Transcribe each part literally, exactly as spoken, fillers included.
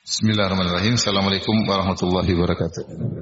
Bismillahirrahmanirrahim. Assalamualaikum warahmatullahi wabarakatuh.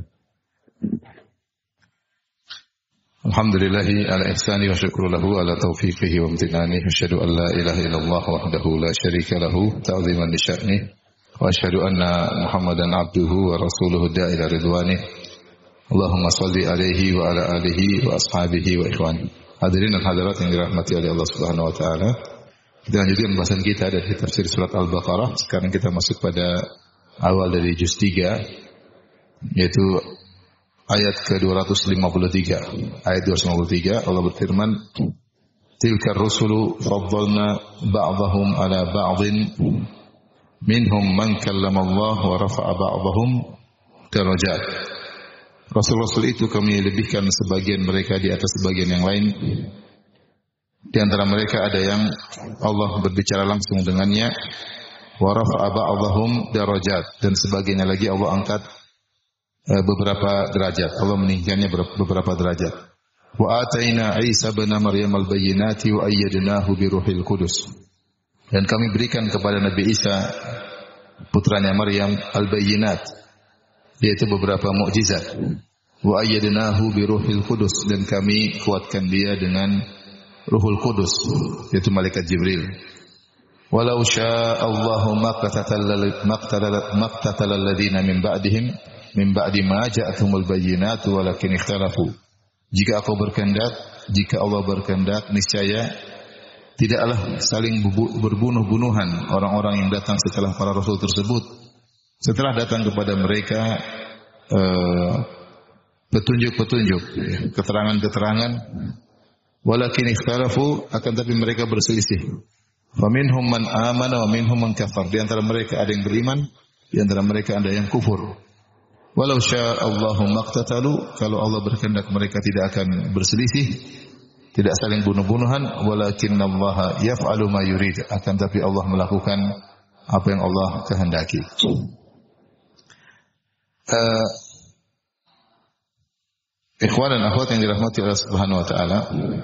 Alhamdulillahi ala ihsani wa syukru lahu ala taufiqihi wa amtinani. Asyhadu an la ilaha illallah wahdahu la syarika lahu ta'ziman li sya'nih. Wa asyhadu anna Muhammadan abduhu wa rasuluhu da'ila ridwanih. Allahumma salli alaihi wa ala alihi wa ashabihi wa ikhwani. Hadirin dan hadirat yang dirahmati oleh Allah Subhanahu wa taala. Kita lanjutkan pembahasan kita dari tafsir surat Al-Baqarah. Sekarang kita masuk pada awal dari juz tiga, yaitu ayat ke dua ratus lima puluh tiga. Ayat dua ratus lima puluh tiga, Allah berfirman, Tilka rusulu faddalna ba'dahum ala ba'din minhum man kallama Allah wa rafa'a ba'dahum darajat. Rasul-rasul itu kami lebihkan sebagian mereka di atas sebagian yang lain. Di antara mereka ada yang Allah berbicara langsung dengannya, wa rafa'a ba'dahum darajat, dan sebagiannya lagi Allah angkat uh, beberapa derajat. Allah meninggikannya beberapa derajat. Wa ataina Isa bin Maryam al-bayyinati wa ayyadnahu bi ruhil qudus. Dan kami berikan kepada Nabi Isa putranya Maryam al-bayyinat, yaitu beberapa mukjizat. Wa ayyadnahu bi ruhil qudus, dan kami kuatkan dia dengan Ruhul Qudus, yaitu malaikat Jibril. Walau syaa Allahu maqtatal alladziina min ba'dihim min ba'di ma ja'atuhumul bayyinatu walakin ikhtalafu. Jika aku berkehendak, jika Allah berkehendak, niscaya tidaklah saling berbunuh-bunuhan orang-orang yang datang setelah para rasul tersebut. Setelah datang kepada mereka uh, petunjuk-petunjuk, keterangan-keterangan, walakin ikhtalafu, akan tapi mereka berselisih. Faminhum man amana wa minhum man kafar. Di antara mereka ada yang beriman, di antara mereka ada yang kufur. Walau syaa Allahu maqtatalu, kalau Allah berkehendak mereka tidak akan berselisih, tidak saling bunuh-bunuhan. Walakinnallaha yaf'alu ma yurid, akan tapi Allah melakukan apa yang Allah kehendaki. Uh, Ikhwan dan akhwat yang dirahmati Allah Subhanahu wa taala,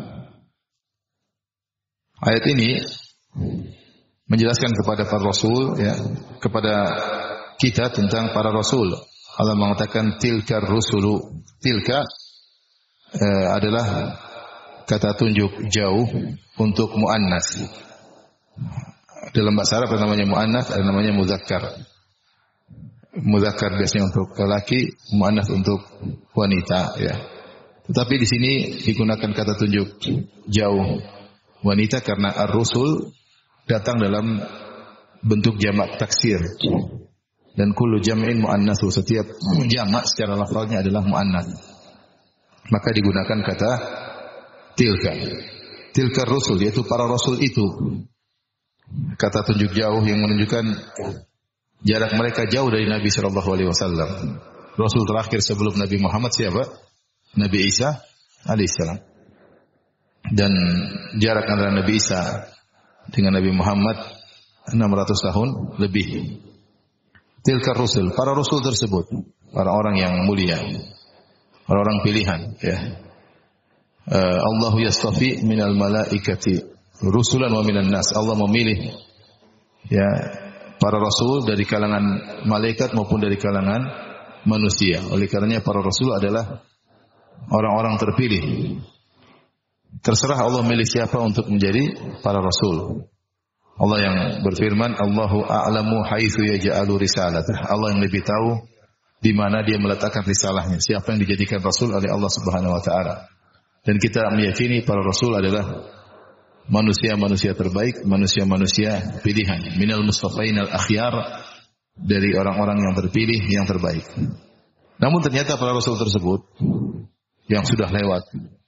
ayat ini menjelaskan kepada para rasul, ya, kepada kita tentang para rasul. Allah mengatakan tilkar rusulu. Tilka eh, adalah kata tunjuk jauh untuk muannas. Dalam bahasa Arab ada namanya muannas, ada namanya muzakkar. Muzakkar biasanya untuk lelaki, muannas untuk wanita, ya. Tetapi di sini digunakan kata tunjuk jauh wanita karena ar-rusul datang dalam bentuk jamak taksir. Dan kullu jam'in muannatsu, setiap jamak secara lafaznya adalah muannas. Maka digunakan kata tilka. Tilka rusul, yaitu para rasul itu. Kata tunjuk jauh yang menunjukkan jarak mereka jauh dari Nabi sallallahu alaihi wasallam. Rasul terakhir sebelum Nabi Muhammad siapa? Nabi Isa alaihissalam. Dan jarak antara Nabi Isa dengan Nabi Muhammad enam ratus tahun lebih. Tilkar rusul, para rasul tersebut, para orang yang mulia, orang-orang pilihan, ya. Uh, Allahu yastafi minal malaikati rusulan wa minan nas. Allah memilih, ya, para rasul dari kalangan malaikat maupun dari kalangan manusia. Oleh karenanya para rasul adalah orang-orang terpilih. Terserah Allah milih siapa untuk menjadi para rasul. Allah yang berfirman, Allahu a'lamu haitsu yaj'alu risalatah. Allah yang lebih tahu di mana dia meletakkan risalahnya, siapa yang dijadikan rasul oleh Allah Subhanahu wa taala. Dan kita meyakini para rasul adalah manusia-manusia terbaik, manusia-manusia pilihan, minal mustafainal akhyar, dari orang-orang yang terpilih, yang terbaik. Namun ternyata para rasul tersebut yang sudah lewat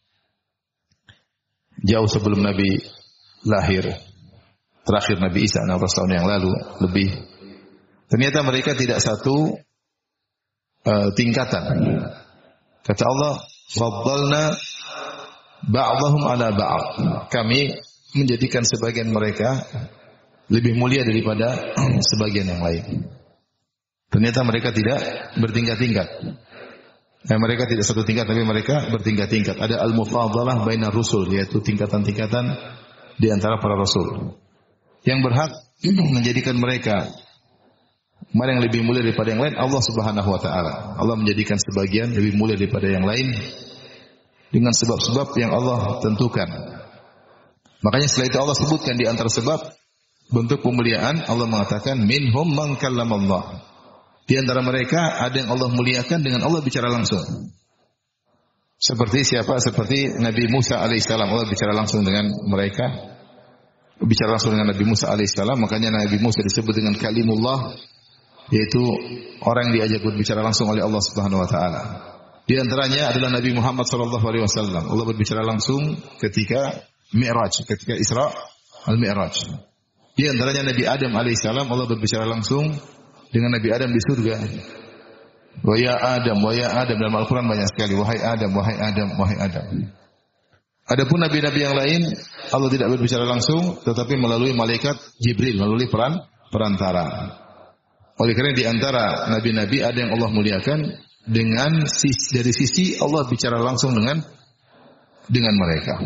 jauh sebelum Nabi lahir, terakhir Nabi Isa enam ratus tahun yang lalu lebih, ternyata mereka tidak satu uh, tingkatan. Kata Allah, faddalna ba'dahum ala ba'd. Kami menjadikan sebagian mereka lebih mulia daripada sebagian yang lain. Ternyata mereka tidak bertingkat-tingkat. Eh, mereka tidak satu tingkat, tapi mereka bertingkat-tingkat. Ada al-mufadalah bainar rusul, yaitu tingkatan-tingkatan di antara para rasul. Yang berhak menjadikan mereka Mana yang lebih mulia daripada yang lain? Allah Subhanahu wa taala. Allah menjadikan sebagian lebih mulia daripada yang lain dengan sebab-sebab yang Allah tentukan. Makanya setelah itu Allah sebutkan di antara sebab bentuk pemuliaan, Allah mengatakan minhum man kallamallah. Di antara mereka ada yang Allah muliakan dengan Allah bicara langsung. Seperti siapa? Seperti Nabi Musa alaihissalam. Allah bicara langsung dengan mereka. Bicara langsung dengan Nabi Musa alaihissalam. Makanya Nabi Musa disebut dengan kalimullah, yaitu orang yang diajak berbicara langsung oleh Allah Subhanahu wa taala. Di antaranya adalah Nabi Muhammad sallallahu alaihi wasallam. Allah berbicara langsung ketika Mi'raj, ketika Isra al-Mi'raj. Di antaranya Nabi Adam alaihissalam, Allah berbicara langsung dengan Nabi Adam di surga. Wa ya Adam, wa ya Adam, dalam Al-Quran banyak sekali. Wahai Adam, wahai Adam, wahai Adam. Adapun nabi-nabi yang lain, Allah tidak berbicara langsung, tetapi melalui malaikat Jibril, melalui peran perantara. Oleh karena di antara nabi-nabi ada yang Allah muliakan dengan sisi, dari sisi Allah bicara langsung dengan dengan mereka.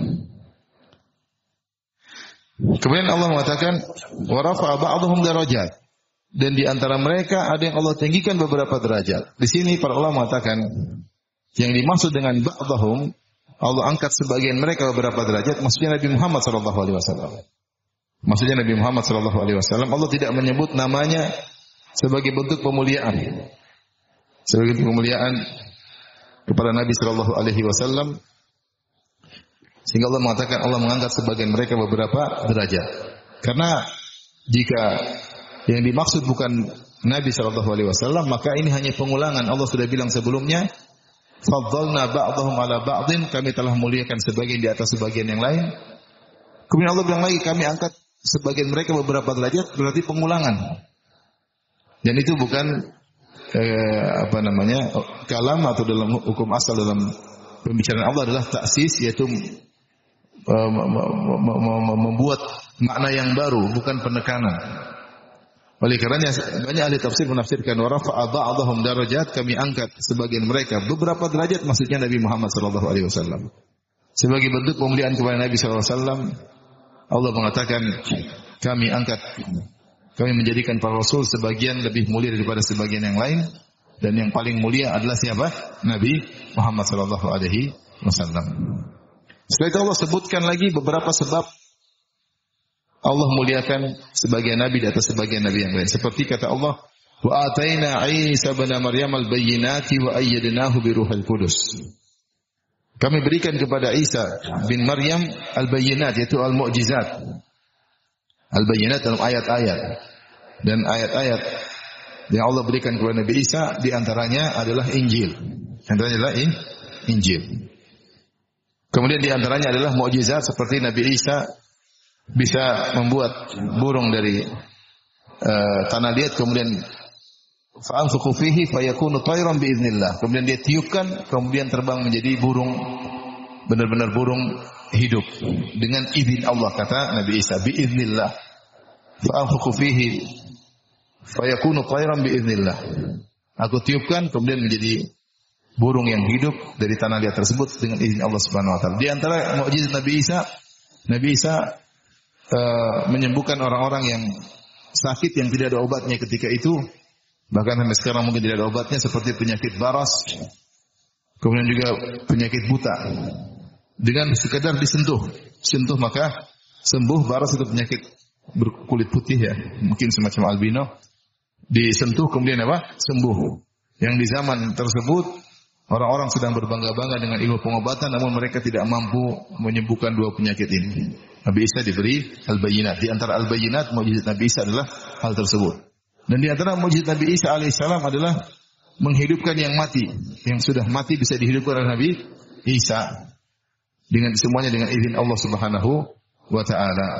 Kemudian Allah mengatakan wa rafa'a ba'dhum darajat, dan di antara mereka ada yang Allah tinggikan beberapa derajat. Di sini para ulama mengatakan yang dimaksud dengan ba'dhum, Allah angkat sebagian mereka beberapa derajat, maksudnya Nabi Muhammad sallallahu alaihi wasallam. Maksudnya Nabi Muhammad sallallahu alaihi wasallam, Allah tidak menyebut namanya sebagai bentuk pemuliaan. Sebagai pemuliaan kepada Nabi sallallahu alaihi wasallam, sehingga Allah mengatakan Allah mengangkat sebagian mereka beberapa derajat. Karena jika yang dimaksud bukan Nabi sallallahu alaihi wasallam, maka ini hanya pengulangan. Allah sudah bilang sebelumnya, faddalna ba'dahum ala ba'din, kami telah muliakan sebagian di atas sebagian yang lain. Kemudian Allah bilang lagi, kami angkat sebagian mereka beberapa derajat, berarti pengulangan. Dan itu bukan eh, apa namanya kalam atau dalam hukum asal dalam pembicaraan Allah adalah taksis, yaitu uh, membuat makna yang baru, bukan penekanan. Oleh karenanya banyak ahli tafsir menafsirkan wa rafa'a ba'dahum darajat, kami angkat sebagian mereka beberapa derajat, maksudnya Nabi Muhammad sallallahu alaihi wasallam. Sebagai bentuk pemuliaan kepada Nabi sallallahu alaihi wasallam, Allah mengatakan kami angkat, kami menjadikan para rasul sebagian lebih mulia daripada sebagian yang lain, dan yang paling mulia adalah siapa? Nabi Muhammad sallallahu alaihi wasallam. Setelah itu Allah sebutkan lagi beberapa sebab Allah muliakan sebagian nabi di atas sebagian nabi yang lain. Seperti kata Allah, wa ataina Isa bin Maryam al-bayyinati wa ayyadnahu bi ruhil qudus. Kami berikan kepada Isa bin Maryam al-bayyinat, yaitu al-mu'jizat. Al-bayyinat dalam ayat-ayat. Dan ayat-ayat yang Allah berikan kepada Nabi Isa di antaranya adalah Injil. Antaranya adalah in, Injil. Kemudian di antaranya adalah mukjizat seperti Nabi Isa bisa membuat burung dari uh, tanah liat, kemudian fa'anfuku fihi fayakunu tayran biiznillah. Kemudian dia tiupkan, kemudian terbang menjadi burung, benar-benar burung hidup dengan izin Allah, kata Nabi Isa, biiznillah. Fa'anfuku fihi fayakunu tayran biiznillah. Aku tiupkan, kemudian menjadi burung yang hidup dari tanah liat tersebut dengan izin Allah Subhanahu wa taala. Di antara mukjizat Nabi Isa, Nabi Isa Uh, menyembuhkan orang-orang yang sakit yang tidak ada obatnya ketika itu, bahkan sampai sekarang mungkin tidak ada obatnya, seperti penyakit baras, kemudian juga penyakit buta. Dengan sekedar disentuh, sentuh maka sembuh. Baras itu penyakit berkulit putih ya, mungkin semacam albino. Disentuh kemudian apa? Sembuh. Yang di zaman tersebut orang-orang sedang berbangga-bangga dengan ilmu pengobatan, namun mereka tidak mampu menyembuhkan dua penyakit ini. Nabi Isa diberi al-bayyinat. Di antara al-bayyinat, mukjizat Nabi Isa adalah hal tersebut. Dan di antara mukjizat Nabi Isa alaihissalam adalah menghidupkan yang mati. Yang sudah mati bisa dihidupkan oleh Nabi Isa. Dengan semuanya dengan izin Allah Subhanahu wa taala.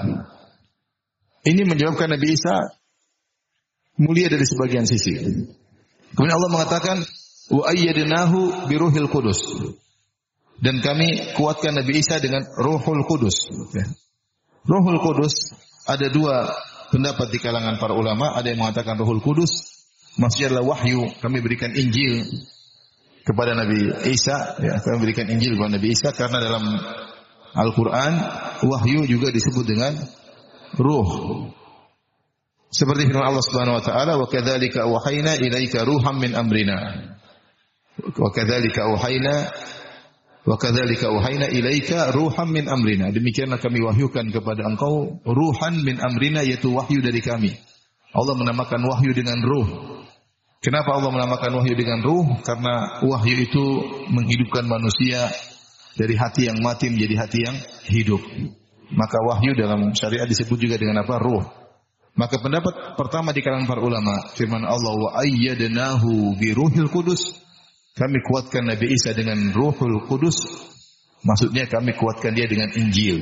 Ini menyebabkan Nabi Isa mulia dari sebagian sisi. Kemudian Allah mengatakan wa ayyadnahu biruhil qudus. Dan kami kuatkan Nabi Isa dengan Ruhul Qudus. Ya. Ruhul Qudus ada dua pendapat di kalangan para ulama. Ada yang mengatakan Ruhul Qudus maksudnya adalah wahyu. Kami berikan Injil kepada Nabi Isa. Ya, kami berikan Injil kepada Nabi Isa karena dalam Al-Quran wahyu juga disebut dengan ruh. Seperti firman Allah Subhanahu wa taala, "Wa kadzalika auhayna ilaika ruham min amrina." Wa kadzalika auhayna wa kadzalika auhayna ilaika ruham min amrina. Demikianlah kami wahyukan kepada engkau ruhan min amrina, yaitu wahyu dari kami. Allah menamakan wahyu dengan ruh. Kenapa Allah menamakan wahyu dengan ruh? Karena wahyu itu menghidupkan manusia dari hati yang mati menjadi hati yang hidup. Maka wahyu dalam syariat disebut juga dengan apa? Ruh. Maka pendapat pertama di kalangan para ulama, firman Allah, "Wa ayyadnahu bi ruhil qudus." Kami kuatkan Nabi Isa dengan Ruhul Qudus. Maksudnya kami kuatkan dia dengan Injil.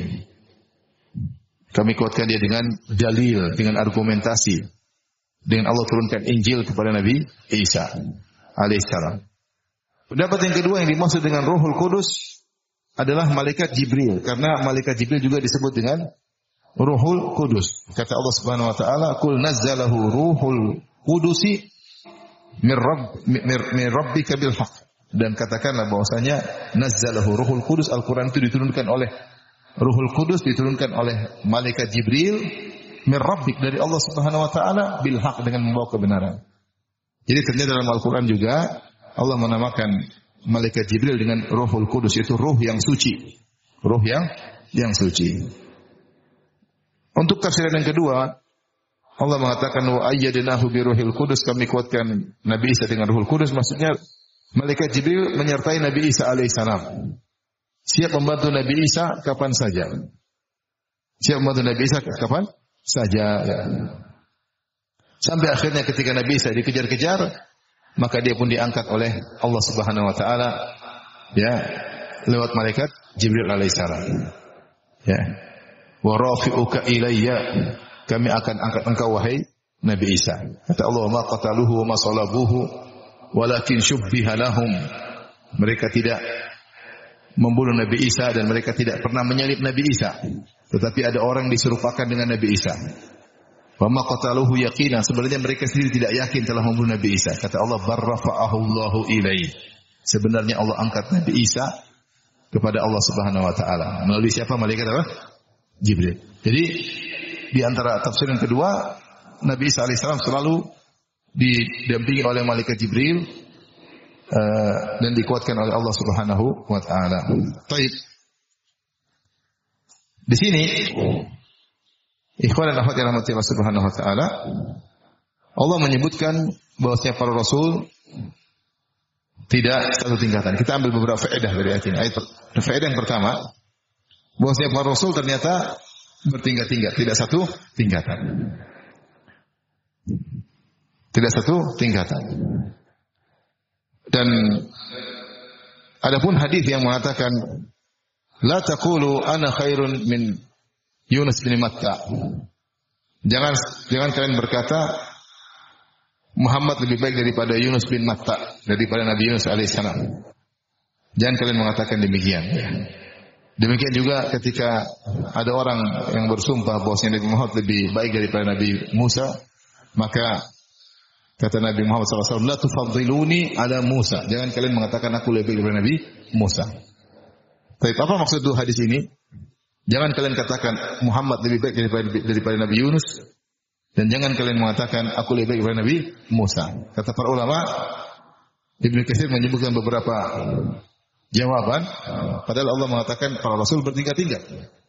Kami kuatkan dia dengan dalil, dengan argumentasi. Dengan Allah turunkan Injil kepada Nabi Isa alaihissalam. Pendapat yang kedua yang dimaksud dengan Ruhul Qudus adalah malaikat Jibril. Karena malaikat Jibril juga disebut dengan Ruhul Qudus. Kata Allah Subhanahu wa taala, "Qul nazzalahu Ruhul Qudusi min rabb min rabbika bil haqq." Dan katakanlah bahwasanya nazzalahu Ruhul Qudus, Al-Qur'an itu diturunkan oleh Ruhul Qudus, diturunkan oleh malaikat Jibril min rabbik, dari Allah Subhanahu wa taala, bil haqq, dengan membawa kebenaran. Jadi ternyata dalam Al-Qur'an juga Allah menamakan malaikat Jibril dengan Ruhul Qudus, itu ruh yang suci. Ruh yang yang suci. Untuk tafsiran yang kedua, Allah mengatakan wa ayyadnahu bi ruhil qudus, kami kuatkan Nabi Isa dengan Ruhul Qudus, maksudnya malaikat Jibril menyertai Nabi Isa alaihissalam. Siap membantu Nabi Isa kapan saja. Siap membantu Nabi Isa kapan saja. Ya. Sampai akhirnya ketika Nabi Isa dikejar-kejar, maka dia pun diangkat oleh Allah Subhanahu wa taala, ya, lewat malaikat Jibril alaihissalam. Ya. Wa rafi'uka ilayya, kami akan angkat engkau wahai Nabi Isa. Kata Allah, "Ma qataluhu wa ma salabuhu walakin syubbiha lahum." Mereka tidak membunuh Nabi Isa dan mereka tidak pernah menyalib Nabi Isa, tetapi ada orang diserupakan dengan Nabi Isa. "Wa ma qataluhu yaqinan," sebenarnya mereka sendiri tidak yakin telah membunuh Nabi Isa. Kata Allah, "Barrafa'ahu Allahu ilaihi." Sebenarnya Allah angkat Nabi Isa kepada Allah Subhanahu wa taala. Melalui siapa? Malaikat apa? Jibril. Jadi di antara tafsir yang kedua, Nabi Isa alaihissalam selalu didampingi oleh malaikat Jibril uh, dan dikuatkan oleh Allah Subhanahu wa taala. Baik. Di sini ikhwan dan akhwat yang dirahmati Allah Subhanahu wa taala, Allah menyebutkan bahwasanya para rasul tidak satu tingkatan. Kita ambil beberapa faedah dari ayat ini. Ayat faedah yang pertama, bahwasanya para rasul ternyata bertingkat-tingkat, tidak satu tingkatan. Tidak satu tingkatan. Dan adapun hadis yang mengatakan la taqulu ana khairun min Yunus bin Matta. Jangan jangan kalian berkata Muhammad lebih baik daripada Yunus bin Matta, daripada Nabi Yunus alaihissalam. Jangan kalian mengatakan demikian. Demikian juga ketika ada orang yang bersumpah bahwasanya Nabi Muhammad lebih baik daripada Nabi Musa, maka kata Nabi Muhammad shallallahu alaihi wasallam, "La tufaddiluni ala Musa." Jangan kalian mengatakan aku lebih baik daripada Nabi Musa. Tapi apa maksud hadis ini? Jangan kalian katakan Muhammad lebih baik daripada, daripada Nabi Yunus, dan jangan kalian mengatakan aku lebih baik daripada Nabi Musa. Kata para ulama, Ibnu Katsir menyebutkan beberapa jawaban, padahal Allah mengatakan para rasul bertingkat-tingkat.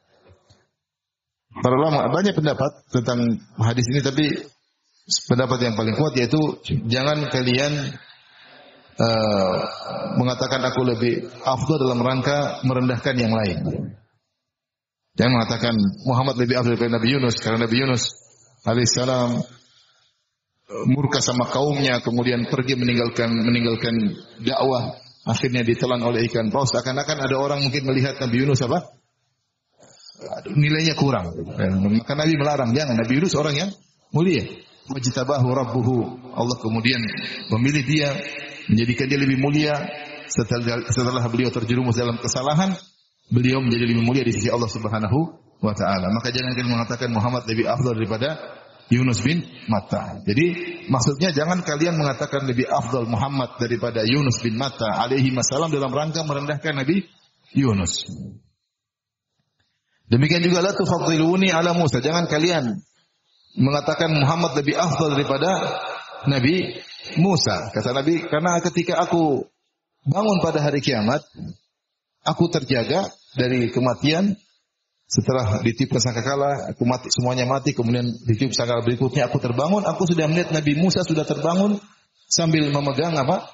Para ulama banyak pendapat tentang hadis ini, tapi pendapat yang paling kuat yaitu jangan kalian uh, mengatakan aku lebih afdal dalam rangka merendahkan yang lain. Jangan mengatakan Muhammad lebih afdal daripada Nabi Yunus, karena Nabi Yunus alaihissalam murka sama kaumnya, kemudian pergi meninggalkan meninggalkan dakwah, akhirnya ditelan oleh ikan paus. Seakan-akan ada orang mungkin melihat Nabi Yunus apa? Nilainya kurang. Maka Nabi melarang, jangan. Nabi Yunus orang yang mulia. Wajtabahu rabbuhu. Allah kemudian memilih dia, menjadikan dia lebih mulia setelah, setelah beliau terjerumus dalam kesalahan, beliau menjadi lebih mulia di sisi Allah Subhanahu wa taala. Maka jangan kalian mengatakan Muhammad lebih afdal daripada Yunus bin Matta. Jadi maksudnya jangan kalian mengatakan lebih afdal Muhammad daripada Yunus bin Matta alaihi wasallam dalam rangka merendahkan Nabi Yunus. Demikian juga la tufaddiluni ala Musa. Jangan kalian mengatakan Muhammad lebih afdal daripada Nabi Musa. Kata Nabi, karena ketika aku bangun pada hari kiamat, aku terjaga dari kematian. Setelah ditiupkan sangkakala, aku mati, semuanya mati, kemudian ditiup sangkakala berikutnya, aku terbangun, aku sudah melihat Nabi Musa sudah terbangun sambil memegang apa?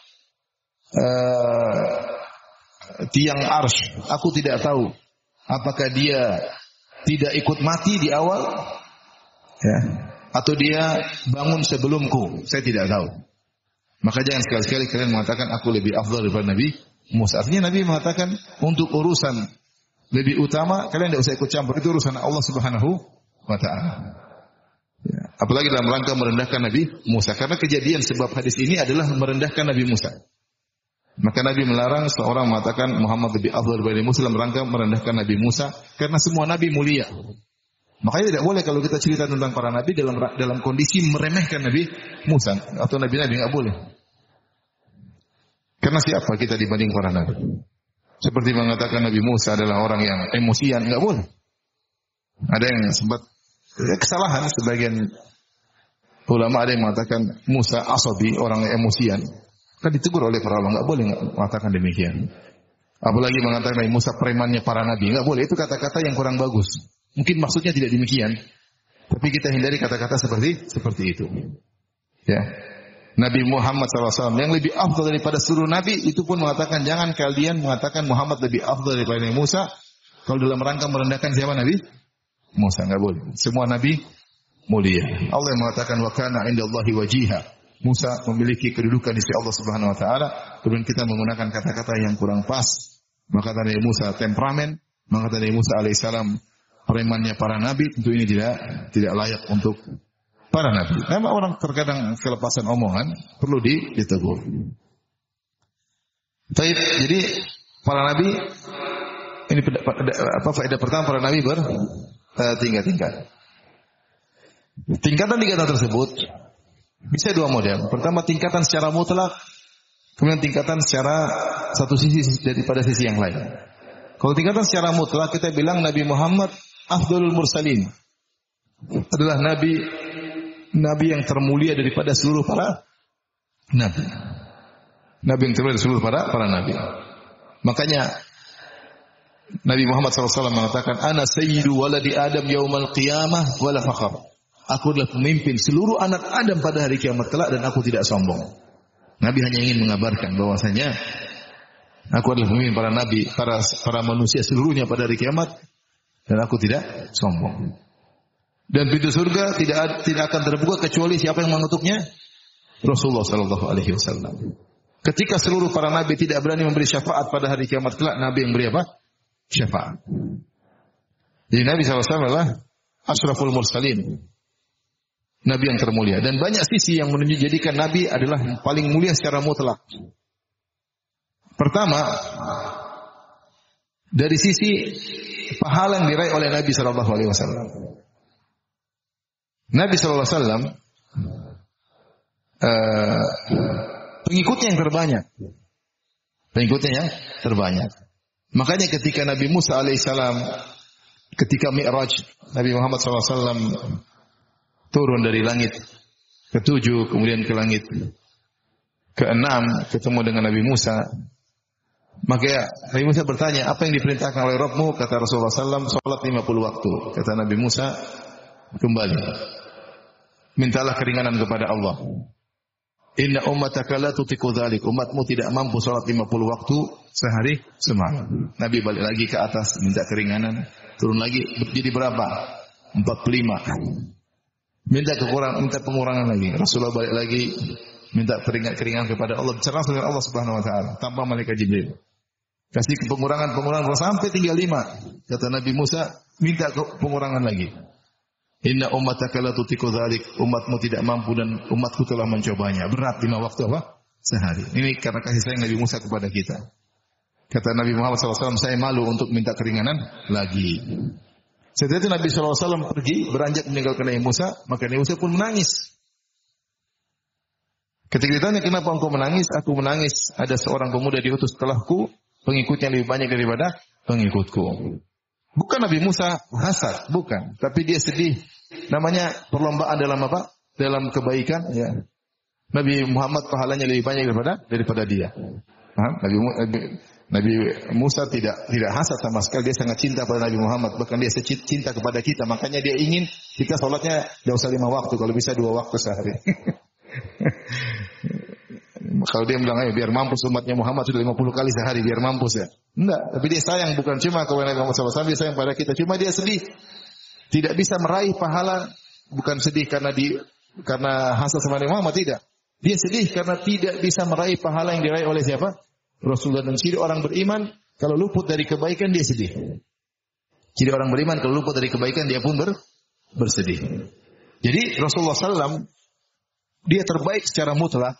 Uh, tiang arsy. Aku tidak tahu apakah dia tidak ikut mati di awal, ya, atau dia bangun sebelumku. Saya tidak tahu. Maka jangan sekali-sekali kalian mengatakan aku lebih afdal daripada Nabi Musa. Artinya Nabi mengatakan untuk urusan lebih utama, kalian tidak usah ikut campur. Itu urusan Allah Subhanahu wa Ta'ala. Ya. Apalagi dalam rangka merendahkan Nabi Musa. Karena kejadian sebab hadis ini adalah merendahkan Nabi Musa. Maka Nabi melarang seorang mengatakan Muhammad lebih afdal daripada Nabi Musa dalam rangka merendahkan Nabi Musa. Karena semua Nabi mulia. Makanya tidak boleh kalau kita cerita tentang para Nabi dalam dalam kondisi meremehkan Nabi Musa. Atau Nabi-Nabi, tidak boleh. Karena siapa kita dibanding para Nabi? Seperti mengatakan Nabi Musa adalah orang yang emosian, enggak boleh. Ada yang sempat ya, kesalahan sebagian ulama, ada yang mengatakan Musa asabi, orang yang emosian. Kan ditegur oleh para ulama, enggak boleh enggak mengatakan demikian. Apalagi mengatakan Nabi Musa premannya para nabi, enggak boleh. Itu kata-kata yang kurang bagus. Mungkin maksudnya tidak demikian. Tapi kita hindari kata-kata seperti seperti itu. Ya. Nabi Muhammad shallallahu alaihi wasallam yang lebih afdal daripada seluruh Nabi, itu pun mengatakan jangan kalian mengatakan Muhammad lebih afdal daripada Nabi Musa. Kalau dalam rangka merendahkan siapa Nabi? Musa, enggak boleh. Semua Nabi mulia. Allah yang mengatakan wa kana indallahi wajiha. Musa memiliki kedudukan di sisi Allah Subhanahu wa taala. Kemudian kita menggunakan kata-kata yang kurang pas. Maka Nabi Musa temperamen, maka Nabi Musa alaihissalam premannya para nabi. Tentu ini tidak tidak layak untuk para nabi. Memang orang terkadang kelepasan omongan perlu ditegur. Baik, jadi para nabi ini apa faedah pertama, para nabi bertingkat-tingkat. Tingkatan-tingkatan tersebut bisa dua model. Pertama tingkatan secara mutlak, kemudian tingkatan secara satu sisi daripada sisi yang lain. Kalau tingkatan secara mutlak kita bilang Nabi Muhammad afdalul mursalin, adalah nabi Nabi yang termulia daripada seluruh para nabi. Nabi yang termulia dari seluruh para para nabi. Makanya Nabi Muhammad shallallahu alaihi wasallam mengatakan, Ana sayyidu waladi Adam yaumal qiyamah wala fakhar. Aku adalah pemimpin seluruh anak Adam pada hari kiamat kelak dan aku tidak sombong. Nabi hanya ingin mengabarkan bahwasanya aku adalah pemimpin para nabi, para para manusia seluruhnya pada hari kiamat dan aku tidak sombong. Dan pintu surga tidak tidak akan terbuka kecuali siapa yang mengetuknya? Rasulullah sallallahu alaihi wasallam. Ketika seluruh para nabi tidak berani memberi syafaat pada hari kiamat kelak, Nabi yang beri apa? Syafaat. Jadi Nabi sallallahu alaihi wasallam adalah asyraful mursalin, Nabi yang termulia. Dan banyak sisi yang menjadikan Nabi adalah yang paling mulia secara mutlak. Pertama, dari sisi pahala yang diraih oleh Nabi sallallahu alaihi wasallam. Nabi sallallahu alaihi wasallam uh, pengikutnya yang terbanyak. Pengikutnya yang terbanyak. Makanya ketika Nabi Musa alaihissalam ketika Mi'raj, Nabi Muhammad sallallahu alaihi wasallam turun dari langit ketujuh kemudian ke langit keenam ketemu dengan Nabi Musa. Maka Nabi Musa bertanya, apa yang diperintahkan oleh Rabbmu? Kata Rasulullah sallallahu alaihi wasallam, salat lima puluh waktu. Kata Nabi Musa, kembali, mintalah keringanan kepada Allah. Inna ummataka la tutiqu dzalik. Umatmu tidak mampu salat lima puluh waktu sehari semalam. Nabi balik lagi ke atas minta keringanan, turun lagi jadi berapa? empat puluh lima. Minta kekurangan, minta pengurangan lagi. Rasulullah balik lagi minta keringanan kepada Allah, bicara dengan Allah Subhanahu wa taala tanpa malaikat Jibril. Kasih pengurangan-pengurangan sampai tinggal lima. Kata Nabi Musa, minta pengurangan lagi. Inna ummataka la tutiqu dzalik. Umatmu tidak mampu dan umatku telah mencobanya. Berat lima waktu apa? Sehari. Ini karena kasih sayang Nabi Musa kepada kita. Kata Nabi Muhammad sallallahu alaihi wasallam, saya malu untuk minta keringanan lagi. Setelah itu Nabi sallallahu alaihi wasallam pergi beranjak meninggalkan Nabi Musa, maka Nabi Musa pun menangis. Ketika ditanya, kenapa engkau menangis? Aku menangis, ada seorang pemuda diutus setelahku, pengikutnya lebih banyak daripada pengikutku. Bukan Nabi Musa hasad, bukan. Tapi dia sedih namanya perlombaan dalam apa? Dalam kebaikan, ya. Nabi Muhammad pahalanya lebih banyak daripada daripada dia. Paham? Nabi, Nabi Nabi Musa tidak tidak hasad sama sekali, dia sangat cinta pada Nabi Muhammad, bahkan dia cinta kepada kita, makanya dia ingin kita salatnya tidak usah lima waktu, kalau bisa dua waktu sehari. Kalau dia bilang, ayo biar mampus umatnya Muhammad sudah lima puluh kali sehari, biar mampus ya. Enggak, tapi dia sayang bukan cuma kepada Nabi Muhammad shallallahu alaihi wasallam, dia sayang pada kita, cuma dia sedih. Tidak bisa meraih pahala, bukan sedih karena di karena hasad sama Nabi Muhammad, tidak. Dia sedih karena tidak bisa meraih pahala yang diraih oleh siapa? Rasulullah. Dan ciri orang beriman, kalau luput dari kebaikan dia sedih. Ciri orang beriman, kalau luput dari kebaikan dia pun ber, bersedih. Jadi Rasulullah shallallahu alaihi wasallam, dia terbaik secara mutlak.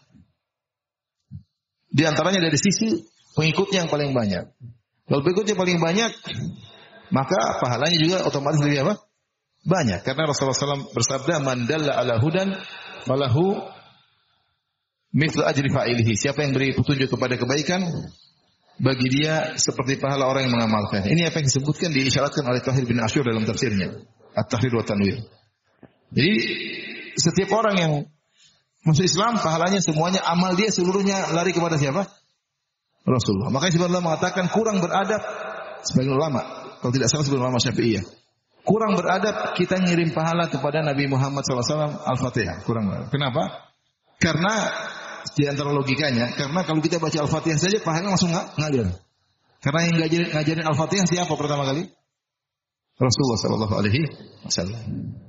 Di antaranya dari sisi pengikutnya yang paling banyak. Kalau pengikutnya paling banyak, maka pahalanya juga otomatis lebih apa? Banyak. Karena Rasulullah shallallahu alaihi wasallam bersabda, "Man dalla ala hudan, falahu mithlu ajri fa'ilihi." Siapa yang beri petunjuk kepada kebaikan, bagi dia seperti pahala orang yang mengamalkan. Ini apa yang disebutkan, diisyaratkan oleh Tahir bin Asyur dalam tafsirnya, At-Tahrir wa Tanwir. Jadi setiap orang yang masuk Islam, pahalanya semuanya, amal dia seluruhnya lari kepada siapa? Rasulullah. Makanya sebagian ulama mengatakan kurang beradab, sebagian ulama, kalau tidak salah sebagian ulama Syafi'iyah, kurang beradab kita ngirim pahala kepada Nabi Muhammad shallallahu alaihi wasallam Al-Fatihah. Kurang beradab. Kenapa? Karena di antara logikanya, karena kalau kita baca Al-Fatihah saja pahalanya langsung ngalir. Karena yang ngajarin, ngajarin Al-Fatihah siapa pertama kali? Rasulullah sallallahu alaihi wasallam.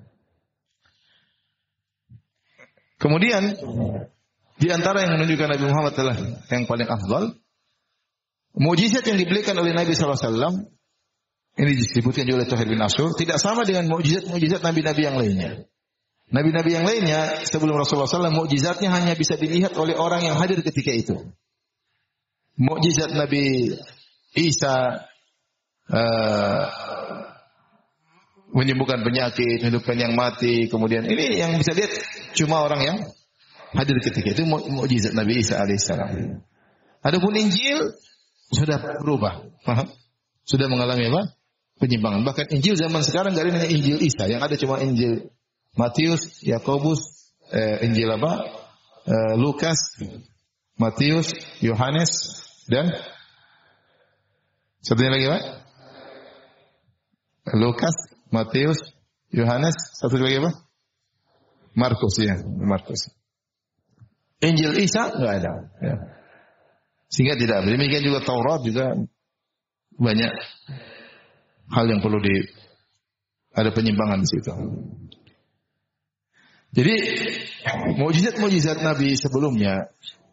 Kemudian di antara yang menunjukkan Nabi Muhammad adalah yang paling afdal, mukjizat yang diberikan oleh Nabi sallallahu alaihi wasallam ini disebutkan juga oleh Tahir bin Asyur, tidak sama dengan mukjizat-mukjizat nabi-nabi yang lainnya. Nabi-nabi yang lainnya sebelum Rasulullah sallallahu alaihi wasallam mukjizatnya hanya bisa dilihat oleh orang yang hadir ketika itu. Mukjizat Nabi Isa uh, menyembuhkan penyakit, hidupkan yang mati, kemudian ini yang bisa lihat cuma orang yang hadir ketika itu, mukjizat Nabi Isa alaihissalam. Adapun Injil sudah berubah, paham? Sudah mengalami apa? Penyimpangan. Bahkan Injil zaman sekarang enggak ada Injil Isa, yang ada cuma Injil Matius, Yakobus, eh, Injil apa? Eh, Lukas, Matius, Yohanes, dan satunya lagi apa? Lukas, Matius, Yohanes, satu lagi apa? Markus, ya, Markus. Injil Isa enggak ada. Ya. Sehingga tidak. Demikian juga Taurat juga banyak hal yang perlu di ada penyimpangan di situ. Jadi mukjizat-mukjizat Nabi sebelumnya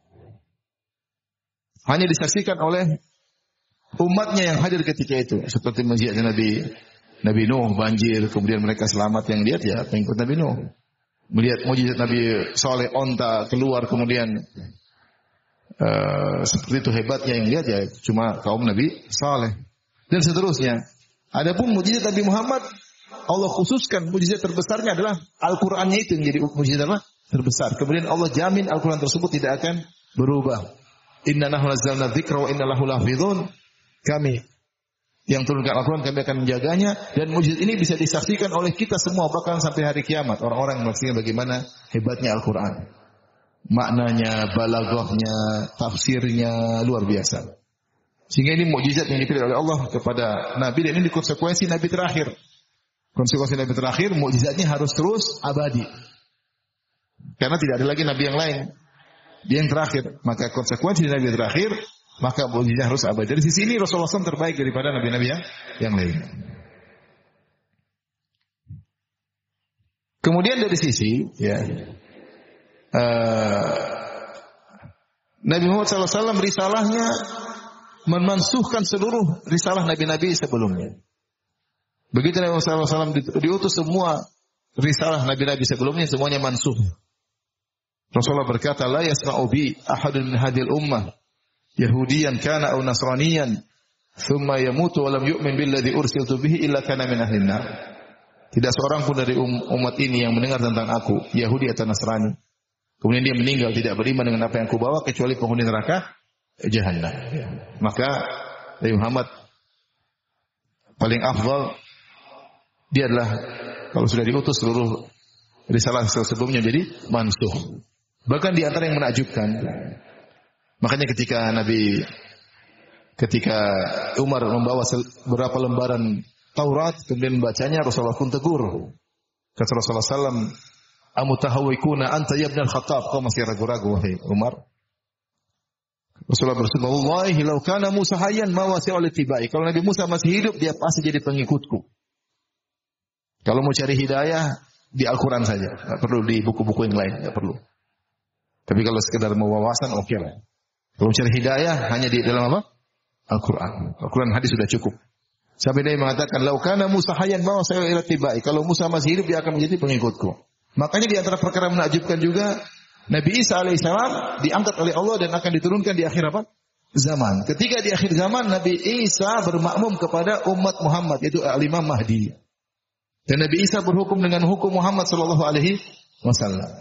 hanya disaksikan oleh umatnya yang hadir ketika itu, seperti mukjizat Nabi Nabi Nuh, banjir, kemudian mereka selamat, yang lihat ya pengikut Nabi Nuh. Melihat mukjizat Nabi Saleh, onta keluar, kemudian uh, seperti itu hebatnya, yang lihat ya cuma kaum Nabi Saleh dan seterusnya. Adapun mukjizat Nabi Muhammad, Allah khususkan mukjizat terbesarnya adalah Al-Qur'annya, itu yang jadi mukjizat apa? Terbesar. Kemudian Allah jamin Al-Qur'an tersebut tidak akan berubah. Inna nahnu nazzalna dzikra wa inna lahu lahafizun. Kami yang turunkan Al-Quran, kami akan menjaganya, dan mukjizat ini bisa disaksikan oleh kita semua bahkan sampai hari kiamat. Orang-orang yang menyaksikan bagaimana hebatnya Al-Quran, maknanya, balaghahnya, tafsirnya luar biasa. Sehingga ini mukjizat yang dipilih oleh Allah kepada Nabi, dan ini konsekuensi Nabi terakhir. Konsekuensi Nabi terakhir, mukjizatnya harus terus abadi. Karena tidak ada lagi Nabi yang lain. Dia yang terakhir. Maka konsekuensi Nabi terakhir, maka mukjizatnya harus abadi. Dari sisi ini Rasulullah shallallahu alaihi wasallam terbaik daripada nabi-nabi yang, yang lain. Kemudian dari sisi ya, uh, Nabi Muhammad shallallahu alaihi wasallam risalahnya memansuhkan seluruh risalah nabi-nabi sebelumnya. Begitu Nabi Muhammad shallallahu alaihi wasallam diutus, semua risalah nabi-nabi sebelumnya semuanya mansuh. Rasulullah berkata, la yasma'u bi ahadun min hadhil ummah Yahudiyan kana aw Nasraniyan thumma yamutu wa lam yu'min billadhi ursiltu bihi illa kana min ahlin nar. Tidak seorang pun dari um, umat ini yang mendengar tentang aku, Yahudi atau Nasrani, kemudian dia meninggal tidak beriman dengan apa yang aku bawa, kecuali penghuni neraka Jahannam. Maka Nabi Muhammad paling afdal, dia adalah Kalau sudah diutus seluruh risalah sebelumnya jadi mansuh. Bahkan di antara yang menakjubkan, makanya ketika Nabi ketika Umar membawa beberapa lembaran Taurat kemudian membacanya, Rasulullah pun tegur. Kata Rasulullah sallallahu alaihi wasallam, "Amutahawwikuna anta ya ibn al-Khattab?" Kau masih ragu-ragu wahai Umar. Rasulullah bersabda, "Wallahi law kana Musa hayyan ma wasi'a littiba'i." Kalau Nabi Musa masih hidup, dia pasti jadi pengikutku. Kalau mau cari hidayah di Al-Qur'an saja, enggak perlu di buku-buku yang lain, enggak perlu. Tapi kalau sekedar mau wawasan oke lah. Kalau cari hidayah hanya di dalam apa? Al-Qur'an. Al-Qur'an hadis sudah cukup. Sampai dia mengatakan, "Law kana Musa hayyan ma wasi'a littiba'i." Kalau Musa masih hidup, dia akan menjadi pengikutku. Makanya di antara perkara menakjubkan juga Nabi Isa alaihissalam diangkat oleh Allah dan akan diturunkan di akhir apa? Zaman. Ketika di akhir zaman Nabi Isa bermakmum kepada umat Muhammad yaitu Al-Imam Mahdi. Dan Nabi Isa berhukum dengan hukum Muhammad sallallahu alaihi wasallam.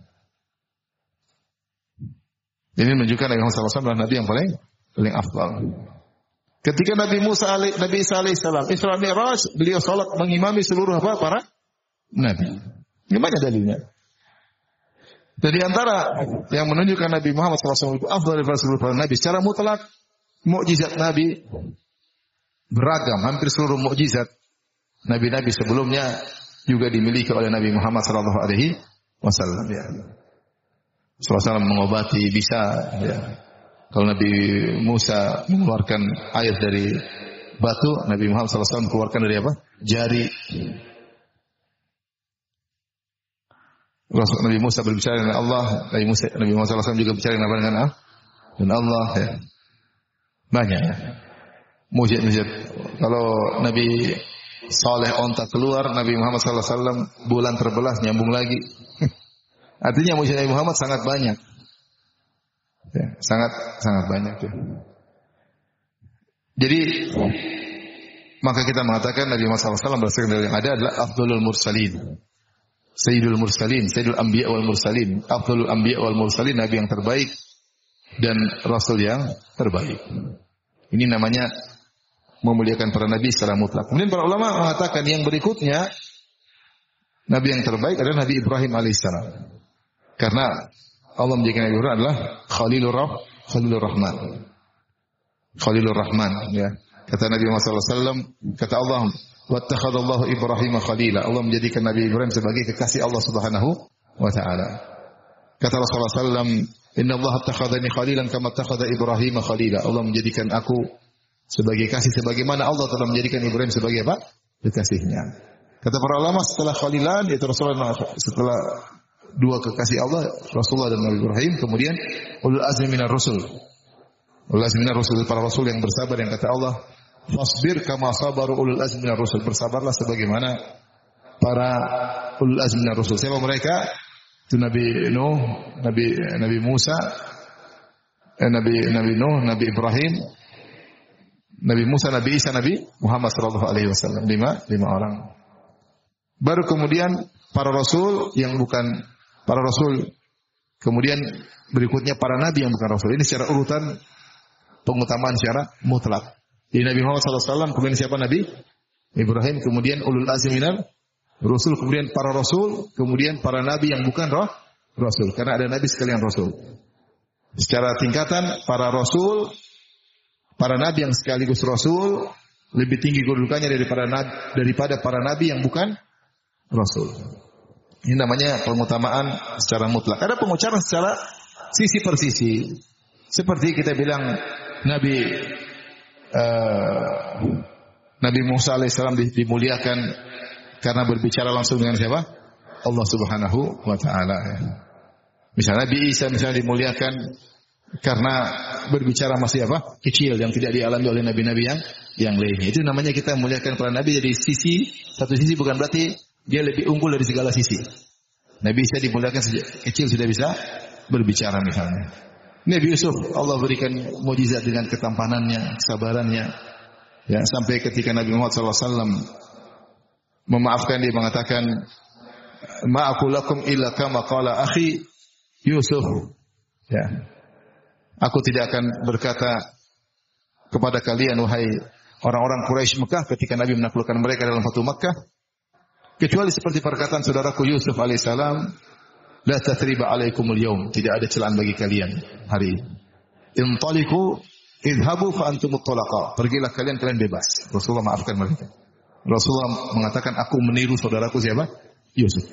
Ini menunjukkan Nabi Muhammad sallallahu alaihi wasallam adalah nabi yang paling paling afdal. Ketika Nabi Musa alaih, Nabi Isa alaihissalam Isra Mi'raj, beliau salat mengimami seluruh apa? Para nabi. Gimana dalilnya? Dan di antara yang menunjukkan Nabi Muhammad sallallahu alaihi wasallam itu afdal daripada seluruh para nabi secara mutlak, mukjizat Nabi beragam, hampir seluruh mukjizat nabi-nabi sebelumnya juga dimiliki oleh Nabi Muhammad sallallahu alaihi wasallam ya. sallallahu alaihi wasallam mengobati bisa ya. Kalau Nabi Musa mengeluarkan air dari batu, Nabi Muhammad sallallahu alaihi wasallam keluarkan dari apa? Jari. Rasul Nabi Musa berbicara dengan Allah, Nabi Musa Nabi Muhammad sallallahu alaihi wasallam juga bicara dengan Allah dan Allah ya. Banyak ya. Mujizat-mujizat. Kalau Nabi Saleh onta keluar, Nabi Muhammad sallallahu alaihi wasallam bulan terbelah nyambung lagi. Artinya mujizat Nabi Muhammad sangat banyak. Ya, sangat sangat banyak ya. Jadi maka kita mengatakan Nabi Muhammad sallallahu alaihi wasallam berdasarkan dari yang ada adalah afdalul mursalin. Sayyidul Mursalin, Sayyidul Anbiya wal Mursalin, Afdalul Anbiya wal Mursalin, Nabi yang terbaik dan Rasul yang terbaik. Ini namanya memuliakan para Nabi secara mutlak. Kemudian para ulama mengatakan yang berikutnya, Nabi yang terbaik adalah Nabi Ibrahim alaihissalam. Karena Allah menjadikan Nabi Ibrahim adalah Khalilur Rah, Khalilur Rahman. Khalilur Rahman, ya. Kata Nabi Muhammad sallallahu alaihi wasallam, kata Allah, "Wattakhadallahu Ibrahim khalila." Allah menjadikan Nabi Ibrahim sebagai kekasih Allah Subhanahu wa taala. Kata Rasulullah sallallahu alaihi wasallam, "Inna Allah attakhadhani khalilan kama attakhadha Ibrahim khalila." Allah menjadikan aku sebagai kasih sebagaimana Allah telah menjadikan Ibrahim sebagai apa? Kekasihnya. Kata para ulama setelah khalilan yaitu Rasulullah setelah dua kekasih Allah, Rasulullah dan Nabi Ibrahim, kemudian ulul azmi minar rusul. Ulul azmi minar rusul, para rasul yang bersabar yang kata Allah, "Fasbir kama sabaru ulul azmi minar rusul." Bersabarlah sebagaimana para ulul azmi minar rusul. Siapa mereka? Itu Nabi Nuh, Nabi Nabi Musa, eh, Nabi Nabi Nuh, Nabi Ibrahim, Nabi Musa, Nabi Isa, Nabi Muhammad sallallahu alaihi wasallam. Lima, lima orang. Baru kemudian para rasul yang bukan para rasul. Kemudian berikutnya para nabi yang bukan rasul. Ini secara urutan pengutamaan secara mutlak. Di Nabi Muhammad sallallahu alaihi wasallam, kemudian siapa Nabi? Ibrahim, kemudian ulul azmi minar rusul, kemudian para rasul, kemudian para nabi yang bukan roh rasul. Karena ada nabi sekalian rasul. Secara tingkatan para rasul, para nabi yang sekaligus rasul lebih tinggi kedudukannya daripada daripada para nabi yang bukan rasul. Ini namanya pengutamaan secara mutlak. Ada pengucapan secara sisi per sisi. Seperti kita bilang Nabi Uh, Nabi Musa alaihissalam dimuliakan karena berbicara langsung dengan siapa? Allah Subhanahu wa taala. Misalnya Nabi Isa misalnya dimuliakan karena berbicara masih apa? Kecil yang tidak dialami oleh nabi-nabi yang yang lainnya. Itu namanya kita memuliakan para nabi dari sisi satu sisi, bukan berarti dia lebih unggul dari segala sisi. Nabi Isa dimuliakan sejak kecil sudah bisa berbicara misalnya. Nabi Yusuf Allah berikan mukjizat dengan ketampanannya, kesabarannya. Ya, sampai ketika Nabi Muhammad sallallahu alaihi wasallam memaafkan, dia mengatakan, "Ma aqulu lakum illa kama qala akhi Yusuf." Ya. Aku tidak akan berkata kepada kalian wahai orang-orang Quraisy Mekah ketika Nabi menaklukkan mereka dalam Fatu Makkah, Kecuali seperti perkataan saudaraku Yusuf alaihissalam, la tathriba alaikumul yaum, tidak ada celaan bagi kalian hari ini. Intaliqu idhabu fa antumut talaqa. Pergilah kalian, kalian bebas. Rasulullah maafkan mereka. Rasulullah mengatakan, aku meniru saudaraku siapa? Yusuf.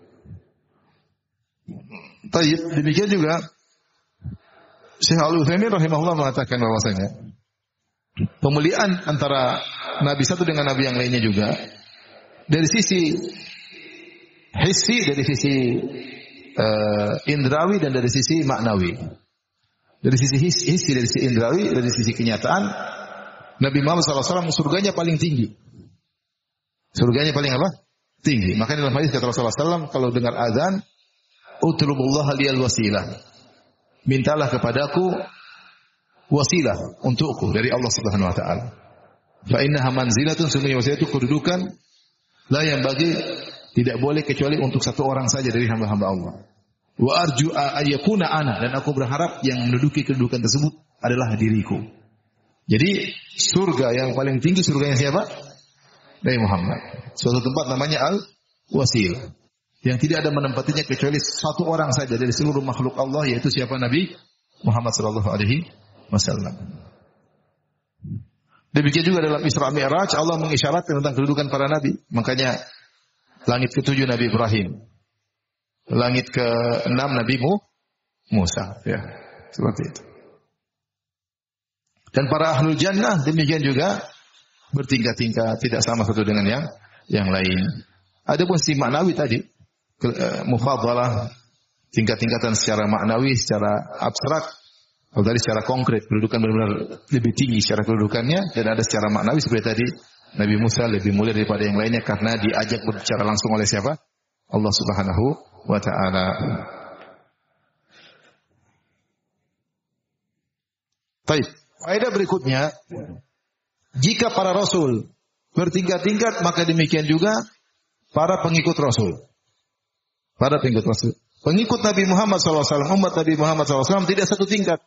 Taib, demikian juga Syekh Al-Utsaimin rahimahullah mengatakan bahwasanya pemuliaan antara nabi satu dengan nabi yang lainnya juga dari sisi hissi, dari sisi uh, indrawi dan dari sisi maknawi. Dari sisi hissi, dari sisi indrawi, dari sisi kenyataan, Nabi Muhammad shallallahu alaihi wasallam surganya paling tinggi. Surganya paling apa? Tinggi. Makanya dalam hadis kata Rasulullah shallallahu alaihi wasallam, kalau dengar azan, utlubullah liyal wasilah. Mintalah kepadaku wasilah untukku dari Allah Subhanahu wa taala. Fa innaha manzilatun, sungguhnya wasilah itu kedudukan la yang bagi, tidak boleh kecuali untuk satu orang saja dari hamba-hamba Allah. Wa arju ayyakuna ana, dan aku berharap yang menduduki kedudukan tersebut adalah diriku. Jadi surga yang paling tinggi surganya siapa? Nabi Muhammad. Suatu tempat namanya Al-Wasilah, yang tidak ada menempatinya kecuali satu orang saja dari seluruh makhluk Allah, yaitu siapa? Nabi Muhammad sallallahu alaihi wasallam. Demikian juga dalam Isra Mi'raj Allah mengisyaratkan tentang kedudukan para nabi. Makanya langit ketujuh Nabi Ibrahim, langit keenam Nabi Musa, ya, seperti itu. Dan para ahlul jannah demikian juga bertingkat-tingkat, tidak sama satu dengan yang yang lain. Adapun si maknawi tadi, mufadhalah, tingkat-tingkatan secara maknawi, secara abstrak. Kalau tadi secara konkret, kedudukan benar-benar lebih tinggi secara kedudukannya, dan ada secara maknawi seperti tadi, Nabi Musa lebih mulia daripada yang lainnya karena diajak berbicara langsung oleh siapa? Allah Subhanahu wa ta'ala. Baik, faedah berikutnya, jika para rasul bertingkat-tingkat, maka demikian juga para pengikut rasul. Para pengikut rasul. Pengikut Nabi Muhammad shallallahu alaihi wasallam, umat Nabi Muhammad shallallahu alaihi wasallam tidak satu tingkat,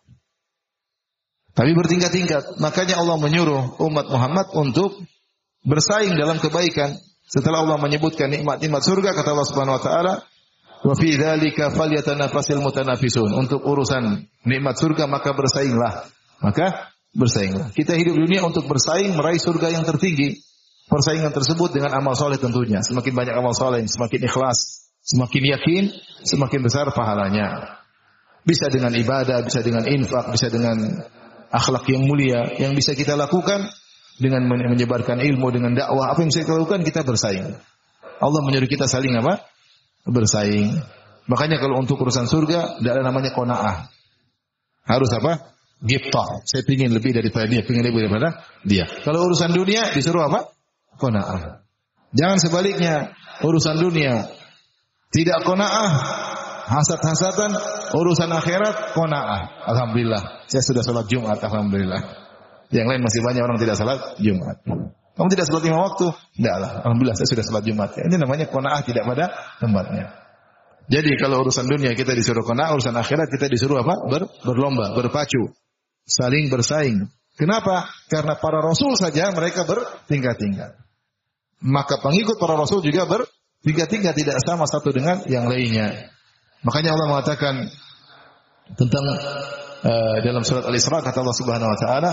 tapi bertingkat-tingkat. Makanya Allah menyuruh umat Muhammad untuk bersaing dalam kebaikan. Setelah Allah menyebutkan nikmat-nikmat surga, kata Allah Subhanahu wa taala, "Wa fi dzalika falyatanafasil mutanafisun." Untuk urusan nikmat surga maka bersainglah. Maka bersainglah. Kita hidup dunia untuk bersaing meraih surga yang tertinggi. Persaingan tersebut dengan amal soleh tentunya. Semakin banyak amal soleh, semakin ikhlas, semakin yakin, semakin besar pahalanya. Bisa dengan ibadah, bisa dengan infak, bisa dengan akhlak yang mulia. Yang bisa kita lakukan dengan menyebarkan ilmu, dengan dakwah. Apa yang bisa kita lakukan? Kita bersaing. Allah menyuruh kita saling apa? Bersaing. Makanya kalau untuk urusan surga, tidak ada namanya qanaah. Harus apa? Gipta. Saya ingin lebih daripada dia, ingin lebih daripada dia. Kalau urusan dunia, disuruh apa? Qanaah. Jangan sebaliknya. Urusan dunia tidak qanaah, hasad-hasatan. Urusan akhirat qanaah. Alhamdulillah, saya sudah salat Jumat, alhamdulillah. Yang lain masih banyak orang tidak salat Jumat. Kamu tidak salat lima waktu? Tidaklah. Alhamdulillah saya sudah salat Jumat. Ini namanya qanaah tidak pada tempatnya. Jadi kalau urusan dunia kita disuruh qanaah, urusan akhirat kita disuruh apa? Ber, berlomba, berpacu, saling bersaing. Kenapa? Karena para rasul saja mereka bertingkat-tingkat. Maka pengikut para rasul juga bertingkat-tingkat, tidak sama satu dengan yang lainnya. Makanya Allah mengatakan tentang uh, dalam surat Al-Isra, kata Allah Subhanahu wa taala,